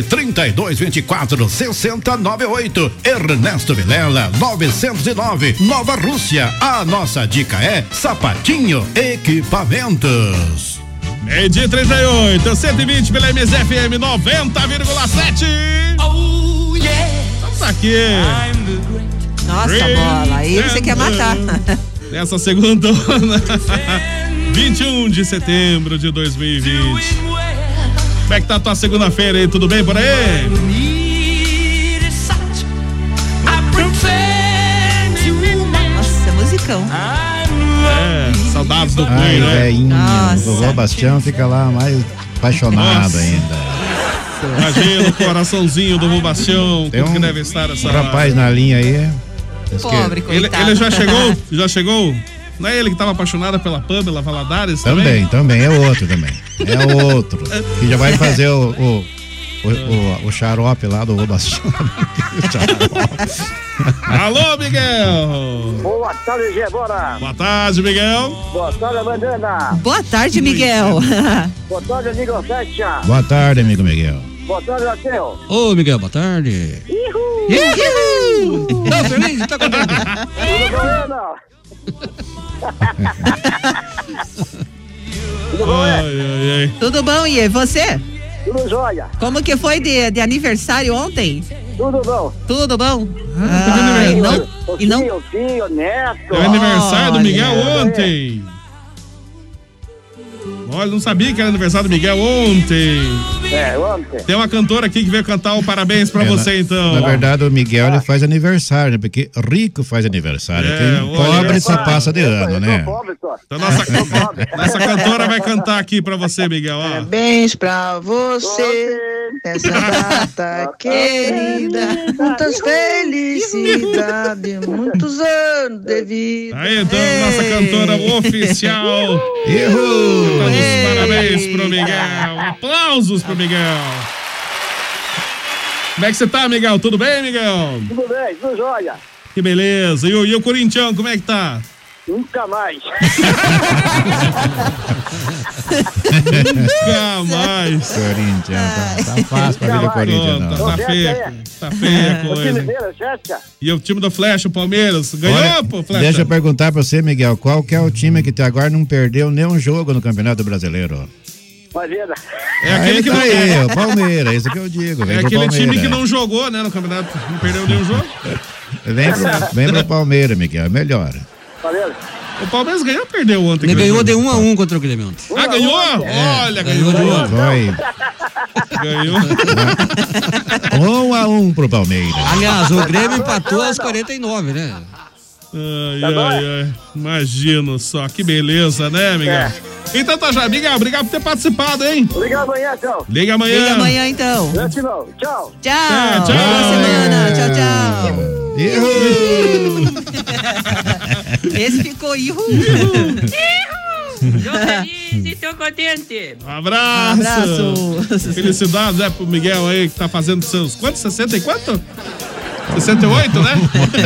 3224-6098. Ernesto Vilela 909, Nova Rússia. A nossa dica é Sapatinho Equipamentos. Meio-dia 38, 120 pela MZFM 90,7. Oh, yeah. Estamos aqui. Nossa, Bola, aí você quer matar. Nessa segundona, 21 de setembro de 2020. Como é que tá a tua segunda-feira aí? Tudo bem por aí? Nossa, musicão. Saudades do Queen, né? Velhinho, o vovô Bastião fica lá mais apaixonado ainda. Imagina o coraçãozinho do vovô Bastião, como que deve estar essa... Um rapaz na linha aí. Pobre, coitado. Ele já chegou? Já chegou? Não é ele que estava apaixonada pela Pamela Valadares também? Também, é outro também. É outro. Que já vai fazer o xarope lá do Bastião. Alô, Miguel! Boa tarde, Gê, bora! Boa tarde, Miguel! Boa tarde, Bandana! Boa tarde, Miguel! Boa tarde, amigo Fecha! Boa tarde, amigo Miguel! Boa tarde, Matheus! Ô, Miguel, boa tarde! Uhul! Tá feliz? Tá contente? Tudo bom, Tudo bom, e você? Tudo jóia! Como que foi de aniversário ontem? Tudo bom. Tudo bom? E não... Filho, neto. É o aniversário do Miguel ontem. Olha, não sabia que era aniversário do Miguel ontem. Ontem. Tem uma cantora aqui que veio cantar o parabéns pra você, então. Na verdade, o Miguel ele faz aniversário, né? Porque rico faz aniversário. Pobre só passa de ano, né? Então, nossa cantora vai cantar aqui pra você, Miguel. Ó. Parabéns pra você nessa data querida. Muitas felicidades, muitos anos de vida. Aí, então, nossa cantora oficial. Parabéns pro Miguel. Aplausos pro Miguel. Como é que você tá, Miguel? Tudo bem, Miguel? Tudo bem, tudo jóia. Que beleza. E o Corinthians, como é que tá? Nunca mais. Nunca mais. Corinthians, tá fácil pra vir o Corinthians, não. Tá feia a coisa. E o time do Flecha, o Palmeiras, ganhou, pô, Flecha? Deixa eu perguntar pra você, Miguel, qual que é o time que até agora não perdeu nenhum jogo no Campeonato Brasileiro? Palmeiras. É aquele que não é. O Palmeiras, isso que eu digo. É aquele time que não jogou, né, no campeonato, não perdeu nenhum jogo. Vem pro Palmeiras, Miguel, é melhor. Palmeiras. O Palmeiras ganhou ou perdeu ontem? Ele ganhou de 1-1 contra o Grêmio ontem. Ah, ganhou? Olha, ganhou de novo. Ganhou. 1-1 pro Palmeiras. Aliás, o Grêmio empatou aos 49, né? Ai. Imagino só, que beleza, né, Miguel? Então tá já, Miguel, obrigado por ter participado, hein? Liga amanhã, então. Liga amanhã. Liga amanhã, então. Tchau. Tchau. Boa semana. Tchau. Esse ficou Tô feliz e tô contente. Um abraço. Felicidades, pro Miguel aí, que tá fazendo seus, quantos? 60 e quanto? 68, né?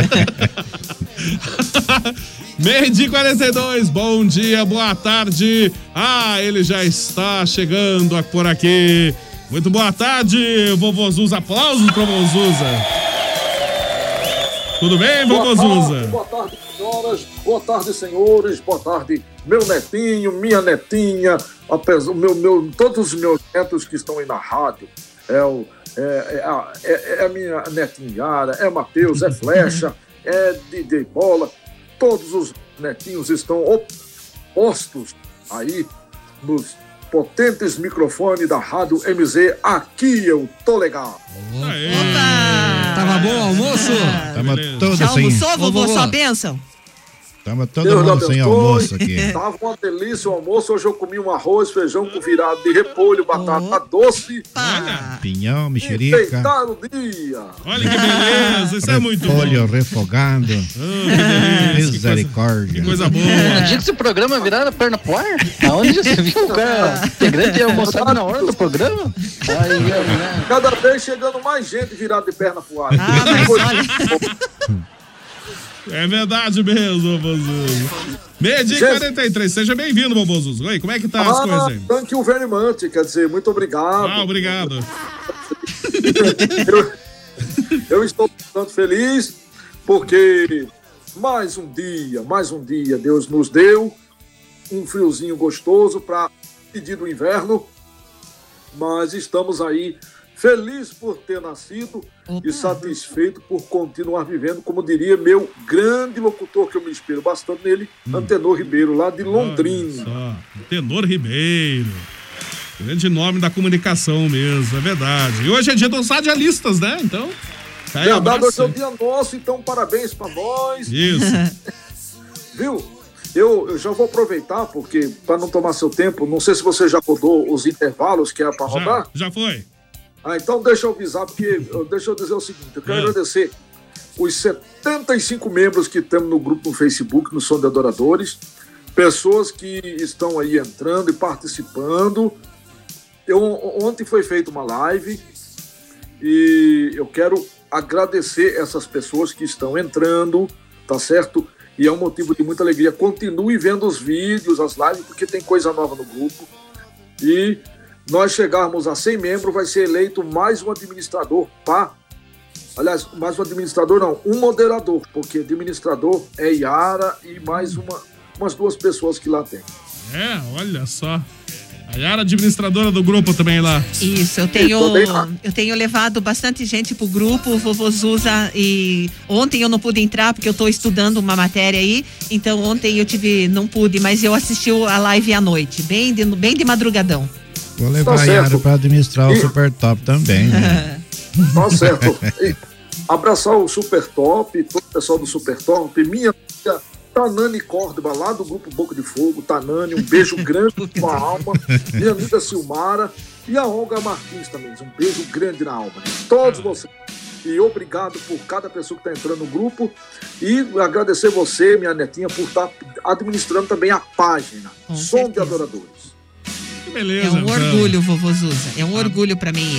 12h42, bom dia, boa tarde. Ele já está chegando por aqui. Muito boa tarde, vovô Zuza. Aplausos pro vovô Zuza. Tudo bem, vovô Zuza? Boa tarde, senhoras. Boa tarde, senhores. Boa tarde, meu netinho, minha netinha. Todos os meus netos que estão aí na rádio. É a minha netinha Yara, é Matheus, é Flecha, é DJ Bola. Todos os netinhos estão postos aí nos potentes microfones da Rádio MZ. Aqui eu tô legal. Opa! Tava bom o almoço? Tava todo já sem... almoçou, vovô? Só bênção? Tava todo mundo sem almoço aqui. Tava uma delícia o almoço. Hoje eu comi um arroz, feijão com virado de repolho, batata doce. Pinhão, mexerica. Enfeitar o dia. Olha que beleza, isso é muito bom. Repolho refogado. Que delícia. Misericórdia. Que coisa boa. Imagina que esse programa virar perna pro ar. Aonde você viu o cara integrante almoçado na hora do programa? Cada vez chegando mais gente virada de perna pro ar. Mas olha... É verdade mesmo, Bobozuzo. 12h43, seja bem-vindo, Bobozuzo. Oi, como é que tá as coisas aí? Thank you very much, quer dizer, muito obrigado. Obrigado. Eu estou bastante feliz porque mais um dia Deus nos deu um friozinho gostoso para pedir do inverno, mas estamos aí feliz por ter nascido e satisfeito por continuar vivendo, como diria meu grande locutor, que eu me inspiro bastante nele, Antenor Ribeiro, lá de Londrina. Antenor Ribeiro. Grande nome da comunicação mesmo, é verdade. E hoje é dia dos radialistas, né? Então, tá aí, verdade, hoje é o dia nosso, então parabéns pra nós. Isso. Viu? Eu já vou aproveitar, porque para não tomar seu tempo, não sei se você já rodou os intervalos que é para rodar. Já foi. Então deixa eu avisar, porque deixa eu dizer o seguinte, eu quero agradecer os 75 membros que temos no grupo no Facebook, no Som de Adoradores, pessoas que estão aí entrando e participando. Ontem foi feita uma live e eu quero agradecer essas pessoas que estão entrando, tá certo? E é um motivo de muita alegria. Continue vendo os vídeos, as lives, porque tem coisa nova no grupo. E nós chegarmos a 100 membros, vai ser eleito mais um administrador, aliás, mais um administrador não, um moderador, porque administrador é Yara e mais umas 2 pessoas que lá tem. Olha só. A Yara, administradora do grupo também lá. Isso, eu tenho levado bastante gente pro grupo, o vovô Zuza, e ontem eu não pude entrar porque eu tô estudando uma matéria aí, então ontem não pude, mas eu assisti a live à noite, bem de madrugadão. Vou levar a Yara para administrar o Super Top também. Né? Tá certo. E abraçar o Super Top, todo o pessoal do Super Top, minha amiga Tanani Córdoba, lá do grupo Boca de Fogo. Tanani, um beijo grande com a alma. Minha amiga Silmara e a Olga Martins também. Um beijo grande na alma de todos vocês. E obrigado por cada pessoa que está entrando no grupo. E agradecer você, minha netinha, por estar administrando também a página Som de Adoradores. Beleza, é um orgulho, vovô Zuza. É um orgulho pra mim isso.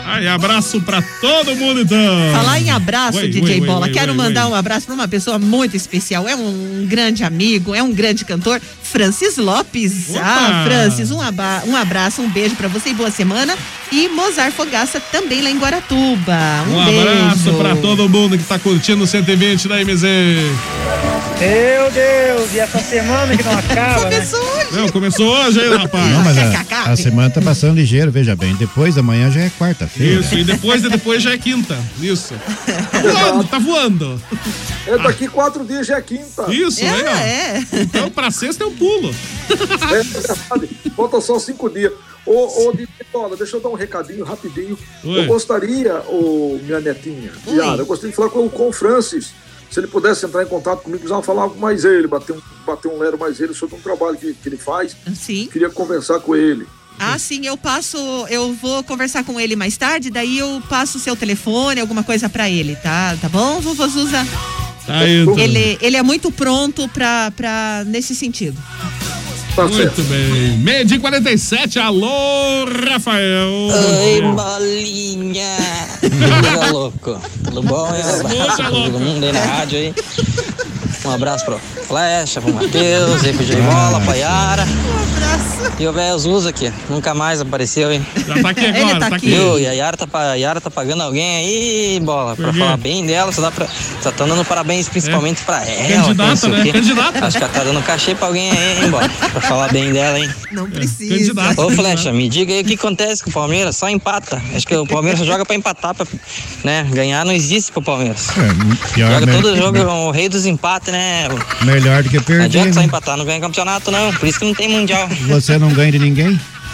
Aí, abraço pra todo mundo, então. Falar em abraço, DJ Bola, quero mandar um abraço pra uma pessoa muito especial. É um grande amigo, é um grande cantor, Francis Lopes. Opa! Ah, Francis, um abraço, um beijo pra você e boa semana. E Mozart Fogaça também lá em Guaratuba. Um abraço beijo pra todo mundo que tá curtindo o 120 da MZ. Meu Deus, e essa semana que não acaba, Começou hoje. Não, começou hoje aí, rapaz. Não, mas a semana tá passando ligeiro, veja bem. Depois da manhã já é quarta-feira. Isso, e depois já é quinta. Isso. Tá voando. Daqui 4 dias já é quinta. Isso, aí, ó. Então, pra sexta é um pulo. Falta só 5 dias. Ô, Ditola, deixa eu dar um recadinho rapidinho. Oi. Eu gostaria, minha netinha, Yara, eu gostaria de falar com o Francis. Se ele pudesse entrar em contato comigo, precisava falar mais ele, bater um lero mais ele sobre um trabalho que ele faz. Sim. Queria conversar com ele. Ah, sim, eu vou conversar com ele mais tarde, daí eu passo o seu telefone, alguma coisa pra ele, tá? Tá bom, vovô Zuza? Tá aí, então. Ele é muito pronto pra nesse sentido. Muito bem. 12h47, alô, Rafael. Oi, bolinha. Tudo louco. Tudo bom? Um abraço pra todo mundo aí na rádio aí. Um abraço pro Flecha, pro Matheus, aí pro DJ Bola, pra Yara. Um abraço. E o velho Zuza aqui, nunca mais apareceu, hein? Já tá aqui agora, Ele tá aqui. Viu? E a Yara tá pagando alguém aí, Bola, pra falar bem dela, só tá dando parabéns principalmente pra ela. Candidata, né? Candidata. Acho que ela tá dando cachê pra alguém aí, hein, Bola, pra falar bem dela, hein? Não precisa. Ô, Flecha, me diga aí o que acontece com o Palmeiras, só empata. Acho que o Palmeiras só joga pra empatar, né? Ganhar não existe pro Palmeiras. Joga todo jogo, o rei dos empates, né? Melhor do que perder. Não adianta só né? empatar, não ganha campeonato não, por isso que não tem mundial. Você não ganha de ninguém?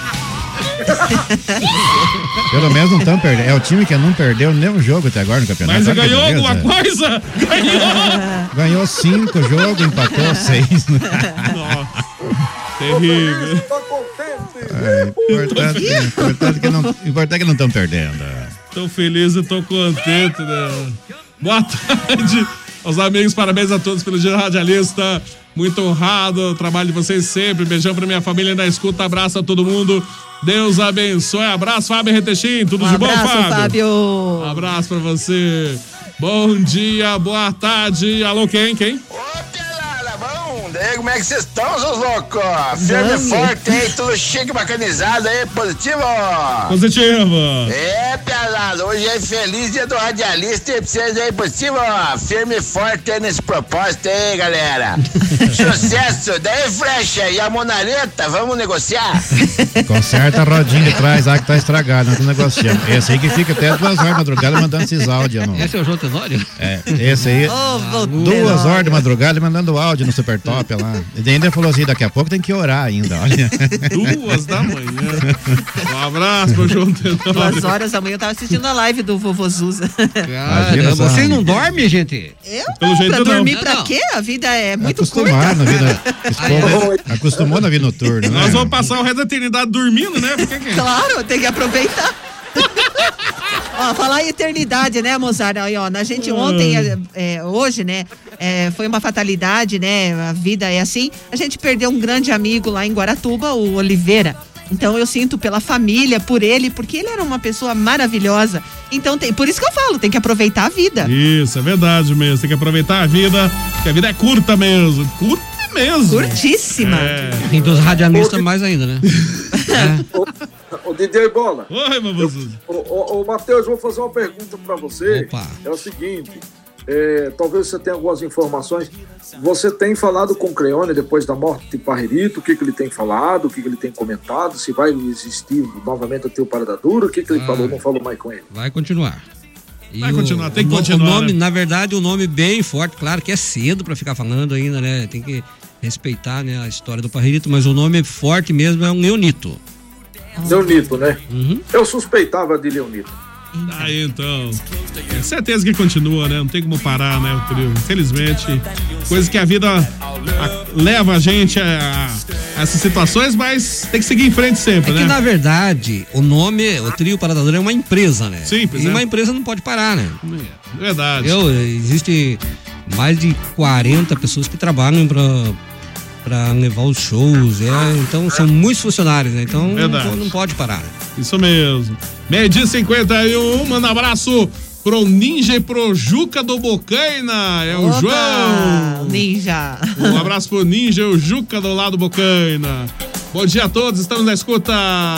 Pelo menos não estão perdendo. É o time que não perdeu nenhum jogo até agora no campeonato. Mas ganhou alguma coisa? Ganhou 5 jogos, empatou 6. Nossa, terrível. Importante é que não estão perdendo. Tô feliz e tô contente, né? Boa tarde aos amigos, parabéns a todos pelo Dia Radialista. Muito honrado, o trabalho de vocês sempre. Beijão pra minha família na escuta, abraço a todo mundo. Deus abençoe. Abraço, Fábio Retechim. Tudo de bom, Fábio? Abraço pra você. Bom dia, boa tarde. Alô, quem? Daí, como é que vocês estão, seus loucos? Firme e forte aí, tudo chique, bacanizado aí, positivo? Positivo. É, pesado, hoje é feliz dia do radialista e pra vocês aí, positivo? Firme e forte aí nesse propósito aí, galera. Sucesso, daí, Flecha, e a Monaleta, vamos negociar? Conserta a rodinha de trás, que tá estragada, não tô negociando. Esse aí que fica até 2 horas de madrugada mandando esses áudios. Não. Esse é o João Tenório? É, esse aí, 2 horas de madrugada mandando áudio no Super Top lá. Ele ainda falou assim, daqui a pouco tem que orar ainda, olha. 2 da manhã. Um abraço pro João Tenório. 2 horas da manhã eu tava assistindo a live do vovô Zuza. Cara, vocês não dormem, gente? Eu Pelo não, jeito pra não. dormir pra quê? A vida é muito curta. Na vida, acostumou na vida noturna, né? Nós vamos passar o resto da eternidade dormindo, né? Claro, tem que aproveitar. Ó, falar em eternidade, né, Mozart? Aí, ó, a gente ontem, hoje, né, foi uma fatalidade, né, a vida é assim. A gente perdeu um grande amigo lá em Guaratuba, o Oliveira. Então eu sinto pela família, por ele, porque ele era uma pessoa maravilhosa. Então por isso que eu falo, tem que aproveitar a vida. Isso, é verdade mesmo. Tem que aproveitar a vida, porque a vida é curta mesmo. Curta mesmo. Curtíssima. E dos radialistas mais ainda, né? Ô, DJ Bola. Oi, meu Ô, Matheus, vou fazer uma pergunta pra você. Opa. É o seguinte, talvez você tenha algumas informações. Você tem falado com o Creone depois da morte de Parrerito? O que ele tem falado? O que ele tem comentado? Se vai existir novamente a Teu Parada Dura? O que ele falou? Não falou mais com ele? Vai continuar. Vai continuar, tem que continuar. O nome, né? Na verdade, o nome bem forte, claro que é cedo pra ficar falando ainda, né? Tem que respeitar, né, a história do Parrerito, mas o nome forte mesmo é um Leonito. Leonito, né? Uhum. Eu suspeitava de Leonito. Aí então, é certeza que continua, né? Não tem como parar, né, o trio. Infelizmente, coisa que a vida leva a gente a essas situações, mas tem que seguir em frente sempre, né? Que na verdade, o Trio Parada Dura é uma empresa, né? Sim, pois e uma empresa não pode parar, né? Verdade. Existe mais de 40 pessoas que trabalham pra levar os shows, então são muitos funcionários, né? Então não pode parar. Isso mesmo. Meio-dia 51, manda abraço pro Ninja e pro Juca do Bocaina. É o Opa, João. Ninja. Um abraço pro Ninja e o Juca do lado Bocaina. Bom dia a todos, estamos na escuta.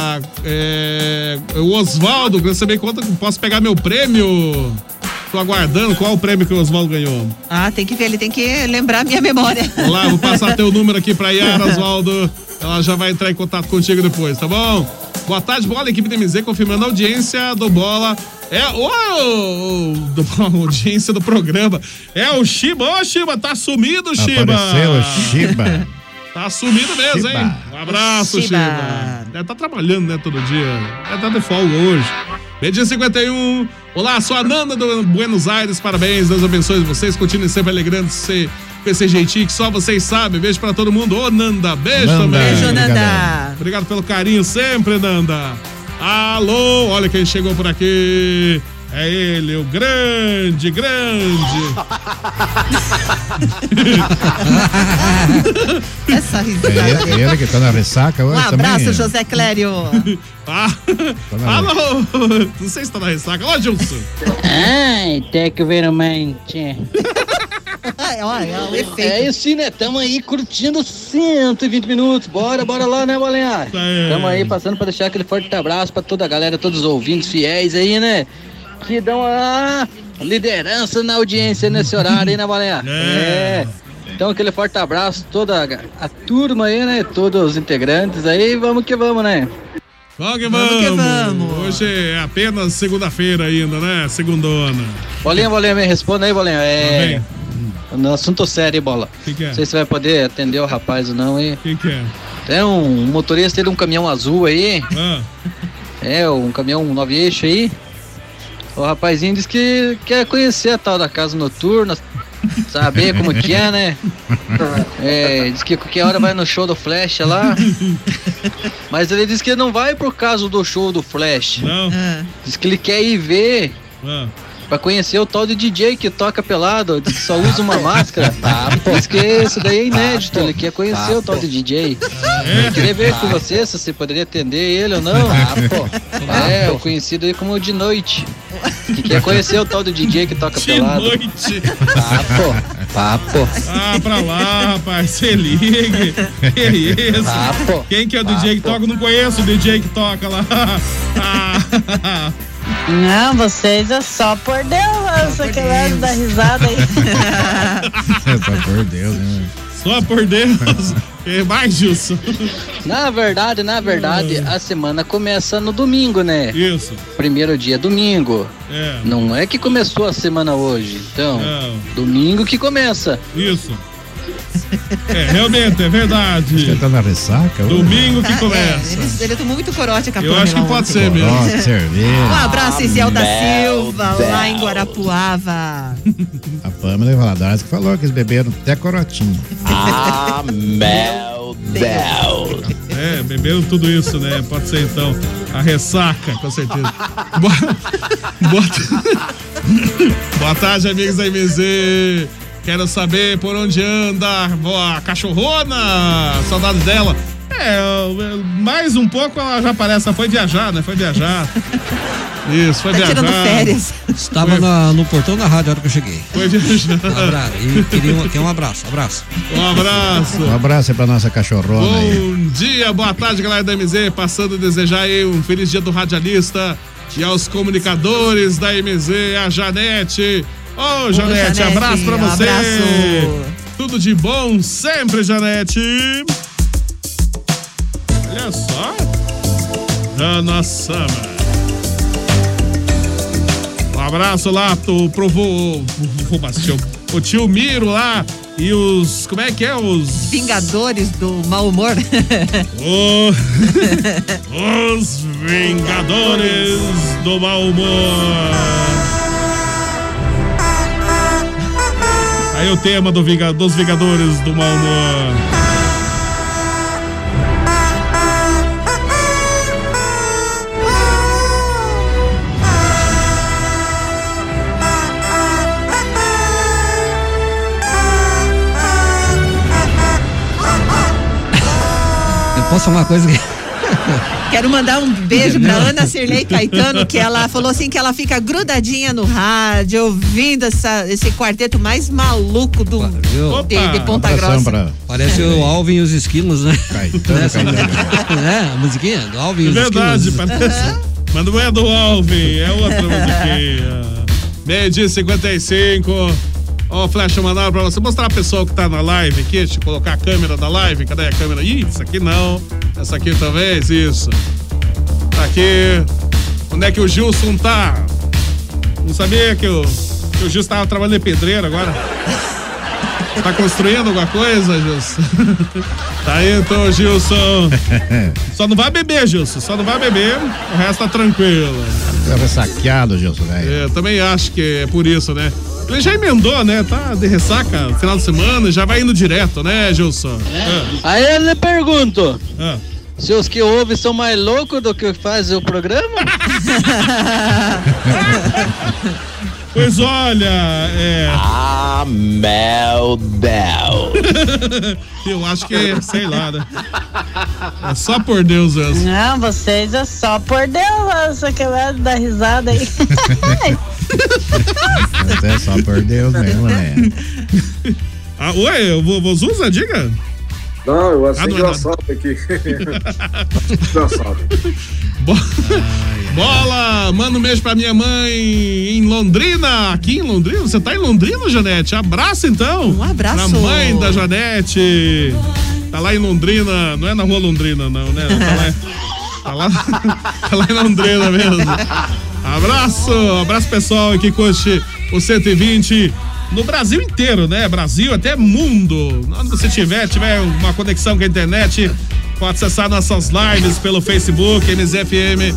O Osvaldo, quero saber quanto posso pegar meu prêmio. Tô aguardando qual o prêmio que o Osvaldo ganhou. Ah, tem que ver, ele tem que lembrar minha memória. Vamos lá, vou passar teu número aqui pra Yara, Osvaldo. Ela já vai entrar em contato contigo depois, tá bom? Boa tarde, Bola, equipe da MZ, confirmando a audiência do Bola. Audiência do programa. É o Shiba. Ô, Shiba, tá sumido, Shiba. Apareceu o Shiba. Tá sumido mesmo, Shiba. hein? Um abraço, Shiba. Tá trabalhando, né, todo dia. Tá de folga hoje. Meio-dia 51. Olá, sou a Nanda do Buenos Aires. Parabéns, Deus abençoe vocês. Continuem sempre alegrando-se com esse jeitinho que só vocês sabem. Beijo pra todo mundo. Ô, Nanda, beijo também. Beijo, Nanda. Obrigado pelo carinho sempre, Nanda. Alô, olha quem chegou por aqui. É ele, o grande. Essa risada. É ele que tá na ressaca hoje. Um abraço, também. José Clério. Alô, não sei se tá na ressaca. Ó, Gilson. Ai, tecnicamente. Olha, o efeito. É isso, né? Tamo aí curtindo 120 minutos. Bora lá, né, Bolinha? Tamo aí passando pra deixar aquele forte abraço pra toda a galera, todos os ouvintes fiéis aí, né? Que dão a liderança na audiência nesse horário aí, né, Bolinha? Então aquele forte abraço, toda a turma aí, né? Todos os integrantes aí, vamos que vamos, né? Vamos que vamos. Hoje é apenas segunda-feira ainda, né? Segundona. Bolinha, me responda aí, Bolinha. No assunto sério, Bola. Que é? Não sei se vai poder atender o rapaz ou não aí. Quem que é? Tem um motorista de um caminhão azul aí. Um caminhão 9 eixos aí. O rapazinho disse que quer conhecer a tal da casa noturna, saber como que é, né? Diz que qualquer hora vai no show do Flash lá. Mas ele disse que não vai por causa do show do Flash. Não. Diz que ele quer ir ver pra conhecer o tal de DJ que toca pelado, diz que só usa uma máscara. Diz que isso daí é inédito, ele quer conhecer o tal de DJ. Eu queria ver com você se você poderia atender ele ou não. O conhecido aí como de noite. Que quer conhecer o tal do DJ que toca pelado. De noite. Papo. Pra lá, rapaz, se ligue. Que isso? Quem que é o DJ que toca? Eu não conheço o DJ que toca lá. Não, vocês é só por Deus, só que lá da risada aí. Só por Deus, né? Só por Deus. Que mais, Gilson? Na verdade, a semana começa no domingo, né? Isso. Primeiro dia é domingo. Não é que começou a semana hoje. Então, domingo que começa. Isso. Realmente, é verdade. Você tá na ressaca? Domingo que começa. Ele tomou muito corote com a Eu acho que pode ser mesmo. Um abraço, Isiel da Silva, lá em Guarapuava. A Pâmela Valadares que falou que eles beberam até corotinho. Meu Deus. Beberam tudo isso, né? Pode ser então. A ressaca, com certeza. Boa tarde, amigos da MZ. Quero saber por onde anda a cachorrona, saudade dela. Mais um pouco ela já aparece, foi viajar, né? Foi viajar. Isso, foi viajar. Tirando férias. Estava no portão da rádio a hora que eu cheguei. Foi viajar. E queria um abraço. Um abraço pra nossa cachorrona. Bom dia, boa tarde, galera da MZ. Passando a desejar aí um feliz dia do radialista e aos comunicadores da MZ, a Janete. Ô, Janete, abraço pra você. Abraço. Tudo de bom sempre, Janete. Olha só. Dana Sama. Um abraço lá pro o tio Miro lá e os... Como é que é? Os... Vingadores do mau humor. Os Vingadores do mau humor. Aí o tema dos Vingadores do mau humor. Eu posso falar uma coisa que... Quero mandar um beijo pra Ana Cirlei Caetano, que ela falou assim que ela fica grudadinha no rádio, ouvindo esse quarteto mais maluco de Ponta Grossa. Parece o Alvin e os Esquilos, né? Caetano. A musiquinha do Alvin e os Esquilos. Verdade, parece. Mas não é do Alvin, é outra musiquinha. 12h55. Ó, Flecha, mandaram pra você mostrar a pessoa que tá na live aqui, deixa eu colocar a câmera da live. Cadê a câmera? Ih, isso aqui não. Essa aqui talvez, isso. Tá aqui. Onde é que o Gilson tá? Não sabia que o Gilson tava trabalhando de pedreiro agora. Tá construindo alguma coisa, Gilson? Tá aí então, Gilson. Só não vai beber, Gilson. Só não vai beber, o resto tá tranquilo. Tá ressaqueado, Gilson, velho. Eu também acho que é por isso, né? Ele já emendou, né? Tá de ressaca final de semana, já vai indo direto, né, Gilson? Aí eu lhe pergunto. Se os que ouvem são mais loucos do que fazem o programa? Pois olha, Ah, meu Deus. Eu acho que, sei lá, né? É só por Deus, essa. Não, vocês é só por Deus, essa que vai dar risada aí. É só por Deus mesmo, né? Ué, o Vozuza, diga? Não, eu achei engraçado aqui. Engraçado. Bola, manda um beijo pra minha mãe em Londrina, aqui em Londrina. Você tá em Londrina, Janete? Abraço então. Um abraço. Pra mãe da Janete. Tá lá em Londrina, não é na rua Londrina, não, né? Tá lá em Londrina mesmo. Abraço pessoal que curte o 120 no Brasil inteiro, né? Brasil até mundo. Onde você tiver uma conexão com a internet, pode acessar nossas lives pelo Facebook, MZFM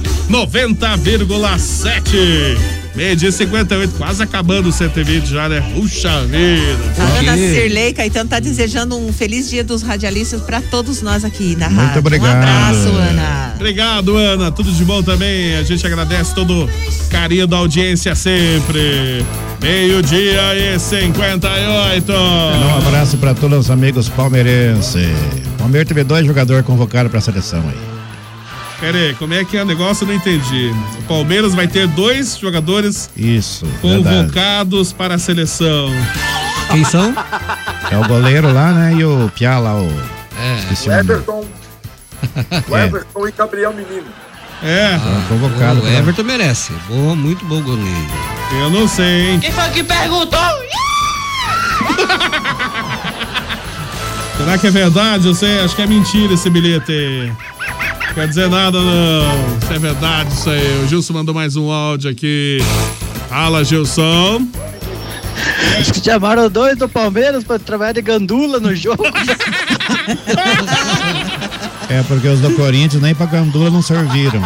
90,7. 12h58, quase acabando o 120 já, né? Puxa vida. A Ana Cirlei Caetano tá desejando um feliz dia dos radialistas pra todos nós aqui na rádio. Muito obrigado. Um abraço, Ana. Obrigado, Ana. Tudo de bom também. A gente agradece todo o carinho da audiência sempre. 12h58. Um abraço pra todos os amigos palmeirenses. O Palmeiras teve 2 jogadores convocados pra seleção aí. Peraí, como é que é o negócio? Eu não entendi. O Palmeiras vai ter 2 jogadores convocados para a seleção. Quem são? É o goleiro lá, né? E o Piá lá, o Everton. O Everton e Gabriel Menino. Convocado. O Everton merece. Boa, muito bom goleiro. Eu não sei, hein? Quem foi que perguntou? Será que é verdade? Eu sei, acho que é mentira esse bilhete. Quer dizer nada, não. Isso é verdade, isso aí. O Gilson mandou mais um áudio aqui. Fala, Gilson. Acho que chamaram 2 do Palmeiras pra trabalhar de gandula no jogo. É porque os do Corinthians nem pra gandula não serviram.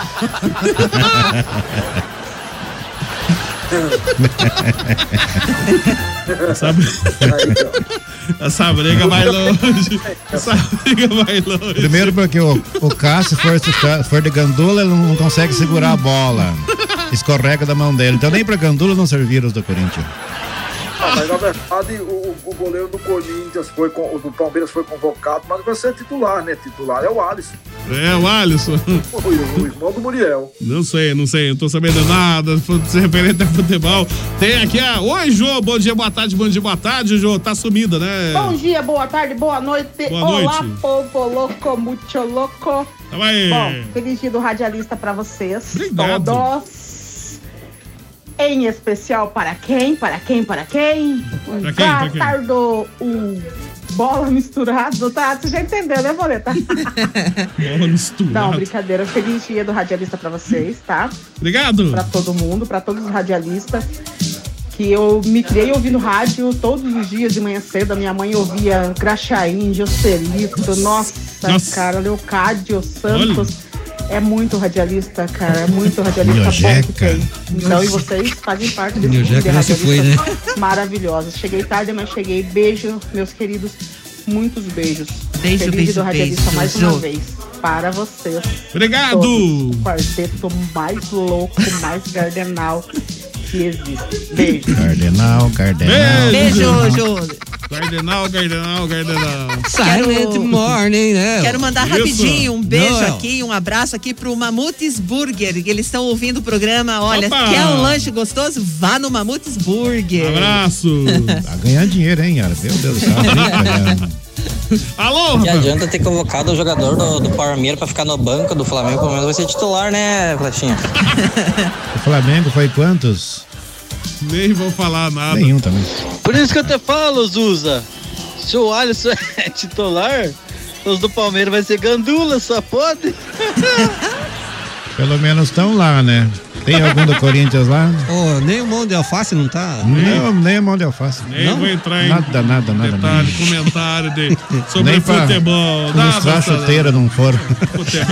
Essa briga vai longe. Primeiro porque o Cássio, se for de gandula, ele não consegue segurar a bola. Escorrega da mão dele. Então nem pra gandula não serviram os do Corinthians. Mas na verdade o goleiro do Corinthians do Palmeiras foi convocado, mas vai ser titular, né? Titular é o Alisson. É, o Alisson. O irmão do Muriel. Não sei, não tô sabendo nada, se referente a futebol. Tem aqui Oi, Jô, bom dia, boa tarde, Jô, tá sumida, né? Bom dia, boa tarde, boa noite. Olá, povo louco, muito louco. Tá aí. Bom, feliz dia do radialista pra vocês. Obrigado. Todos. Em especial para quem? Para quem? Bastardo, o bola misturado, tá? Você já entendeu, né, Boleta? Bola misturada. Não, brincadeira. Feliz dia do radialista pra vocês, tá? Obrigado. Pra todo mundo, pra todos os radialistas. Que eu me criei ouvindo rádio todos os dias de manhã cedo. A minha mãe ouvia Graxaim, Joselito, nossa, cara, Leocádio, Santos. Olha. É muito radialista, cara. É muito radialista bom que tem. Então, e vocês fazem parte desse grupo de radialistas maravilhosos. Cheguei tarde, mas cheguei. Beijo, meus queridos. Muitos beijos. Feliz do radialista mais uma vez. Para vocês. Obrigado! O quarteto mais louco, mais cardenal que existe. Beijo. Cardenal. Beijo, Jô. Gardenal. Silent Morning, né? Quero mandar rapidinho um beijo aqui, um abraço aqui pro Mamutes Burger, que eles estão ouvindo o programa. Olha, quer um lanche gostoso? Vá no Mamutes Burger. Abraço. Tá ganhando dinheiro, hein, cara? Meu Deus do céu. Alô, que adianta ter convocado o jogador do Palmeiras pra ficar no banco do Flamengo, pelo menos vai ser titular, né, Flechinha? O Flamengo foi quantos? Nem vou falar nada. Nenhum também. Por isso que eu te falo, Zuza. Se o Alisson é titular, os do Palmeiras vai ser gandula, só pode. Pelo menos estão lá, né? Tem algum do Corinthians lá? Nem o mão de alface não tá? Nem o mão de alface. Nem vou entrar em nada. Detalhe, comentário sobre nem futebol. Mostrar a chuteira não for. Futebol.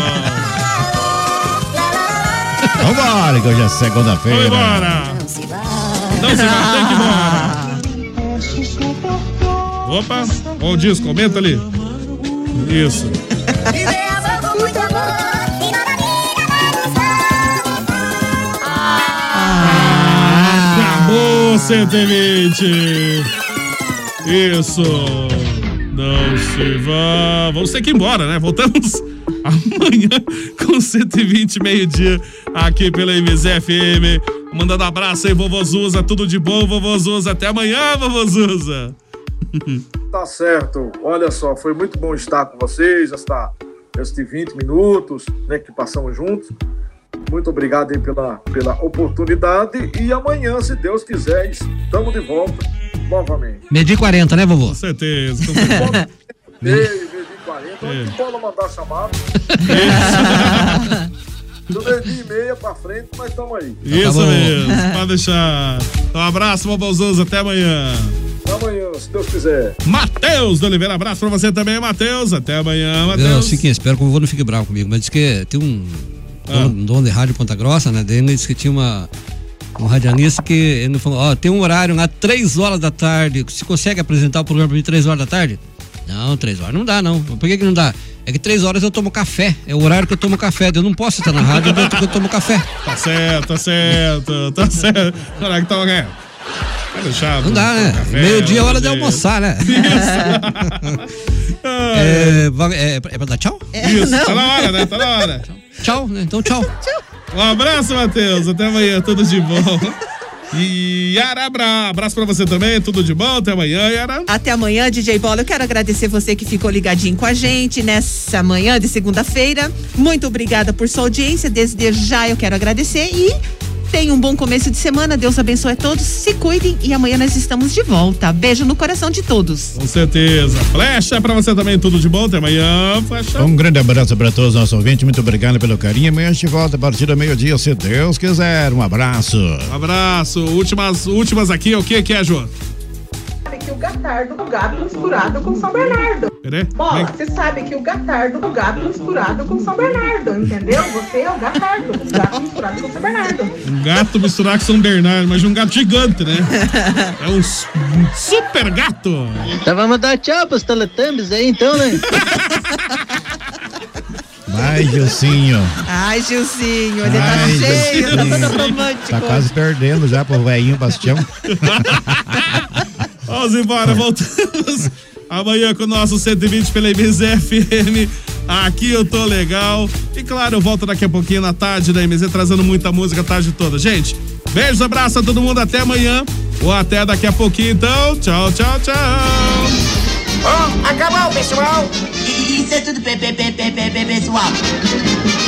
Vambora, que hoje é segunda-feira. Vamos embora. Não se vai, tem que ir embora. Opa, olha o disco, aumenta ali. Isso. Acabou 120. Isso. Não se vá. Vamos ter que ir embora, né? Voltamos amanhã com 120, meio-dia, aqui pela MZFM. Mandando abraço aí, vovô Zuza. Tudo de bom, vovô Zuza. Até amanhã, vovô Zuza. Tá certo. Olha só, foi muito bom estar com vocês estes 20 minutos, né, que passamos juntos. Muito obrigado aí pela oportunidade. E amanhã, se Deus quiser, estamos de volta novamente. Medir 40, né, vovô? Com certeza. Medir 40. Onde que pode mandar chamada? Do meio-dia e meia pra frente, nós estamos aí. Isso mesmo, pode deixar. Um abraço, vovô Zuza, até amanhã. Até amanhã, se Deus quiser. Matheus de Oliveira, abraço pra você também, Matheus. Até amanhã, Matheus. Eu sei que espero que o vovô não fique bravo comigo, mas diz que tem um dono de rádio Ponta Grossa, né? Daí ele disse que tinha um radialista que ele falou, tem um horário lá, 3 horas da tarde. Você consegue apresentar o programa pra mim 3 horas da tarde? Não, 3 horas não dá, não. Por que não dá? É que 3 horas eu tomo café. É o horário que eu tomo café. Eu não posso estar na rádio dentro que eu tomo café. Tá certo. Será que tá ok? Tá deixado. Não dá, né? Meio-dia é hora de almoçar, né? É pra dar tchau? Isso, não. Tá na hora, né? Tá na hora. Tchau, né? Então tchau. Um abraço, Matheus. Até amanhã, tudo de bom. E Yara, abraço pra você também, tudo de bom, até amanhã, Yara. Até amanhã, DJ Bola, eu quero agradecer você que ficou ligadinho com a gente nessa manhã de segunda-feira. Muito obrigada por sua audiência, desde já eu quero agradecer e tenha um bom começo de semana, Deus abençoe a todos, se cuidem e amanhã nós estamos de volta. Beijo no coração de todos. Com certeza. Flecha, pra você também, tudo de bom, até amanhã, Flecha. Um grande abraço pra todos os nossos ouvintes, muito obrigado pelo carinho, amanhã a gente volta a partir do meio-dia, se Deus quiser, um abraço. Um abraço, últimas aqui, o que é, João? Que o gatardo do gato misturado com São Bernardo. Bola, você sabe que o gatardo do gato misturado com São Bernardo, entendeu? Você é o gatardo do gato misturado com São Bernardo. Um gato misturado com São Bernardo, mas um gato gigante, né? É um super gato. Então vamos dar tchau pros Teletubbies aí, então, né? Vai, Gilcinho. Ai, Gilcinho, ele tá cheio, tá todo romântico. Tá quase perdendo já pro velhinho Bastião. Vamos embora, voltamos amanhã com o nosso 120 pela MZFM. Aqui eu tô legal. E claro, eu volto daqui a pouquinho na tarde da MZ, trazendo muita música a tarde toda. Gente, beijos, abraço a todo mundo, até amanhã ou até daqui a pouquinho, então. Tchau. Acabou, pessoal. Isso é tudo, pessoal.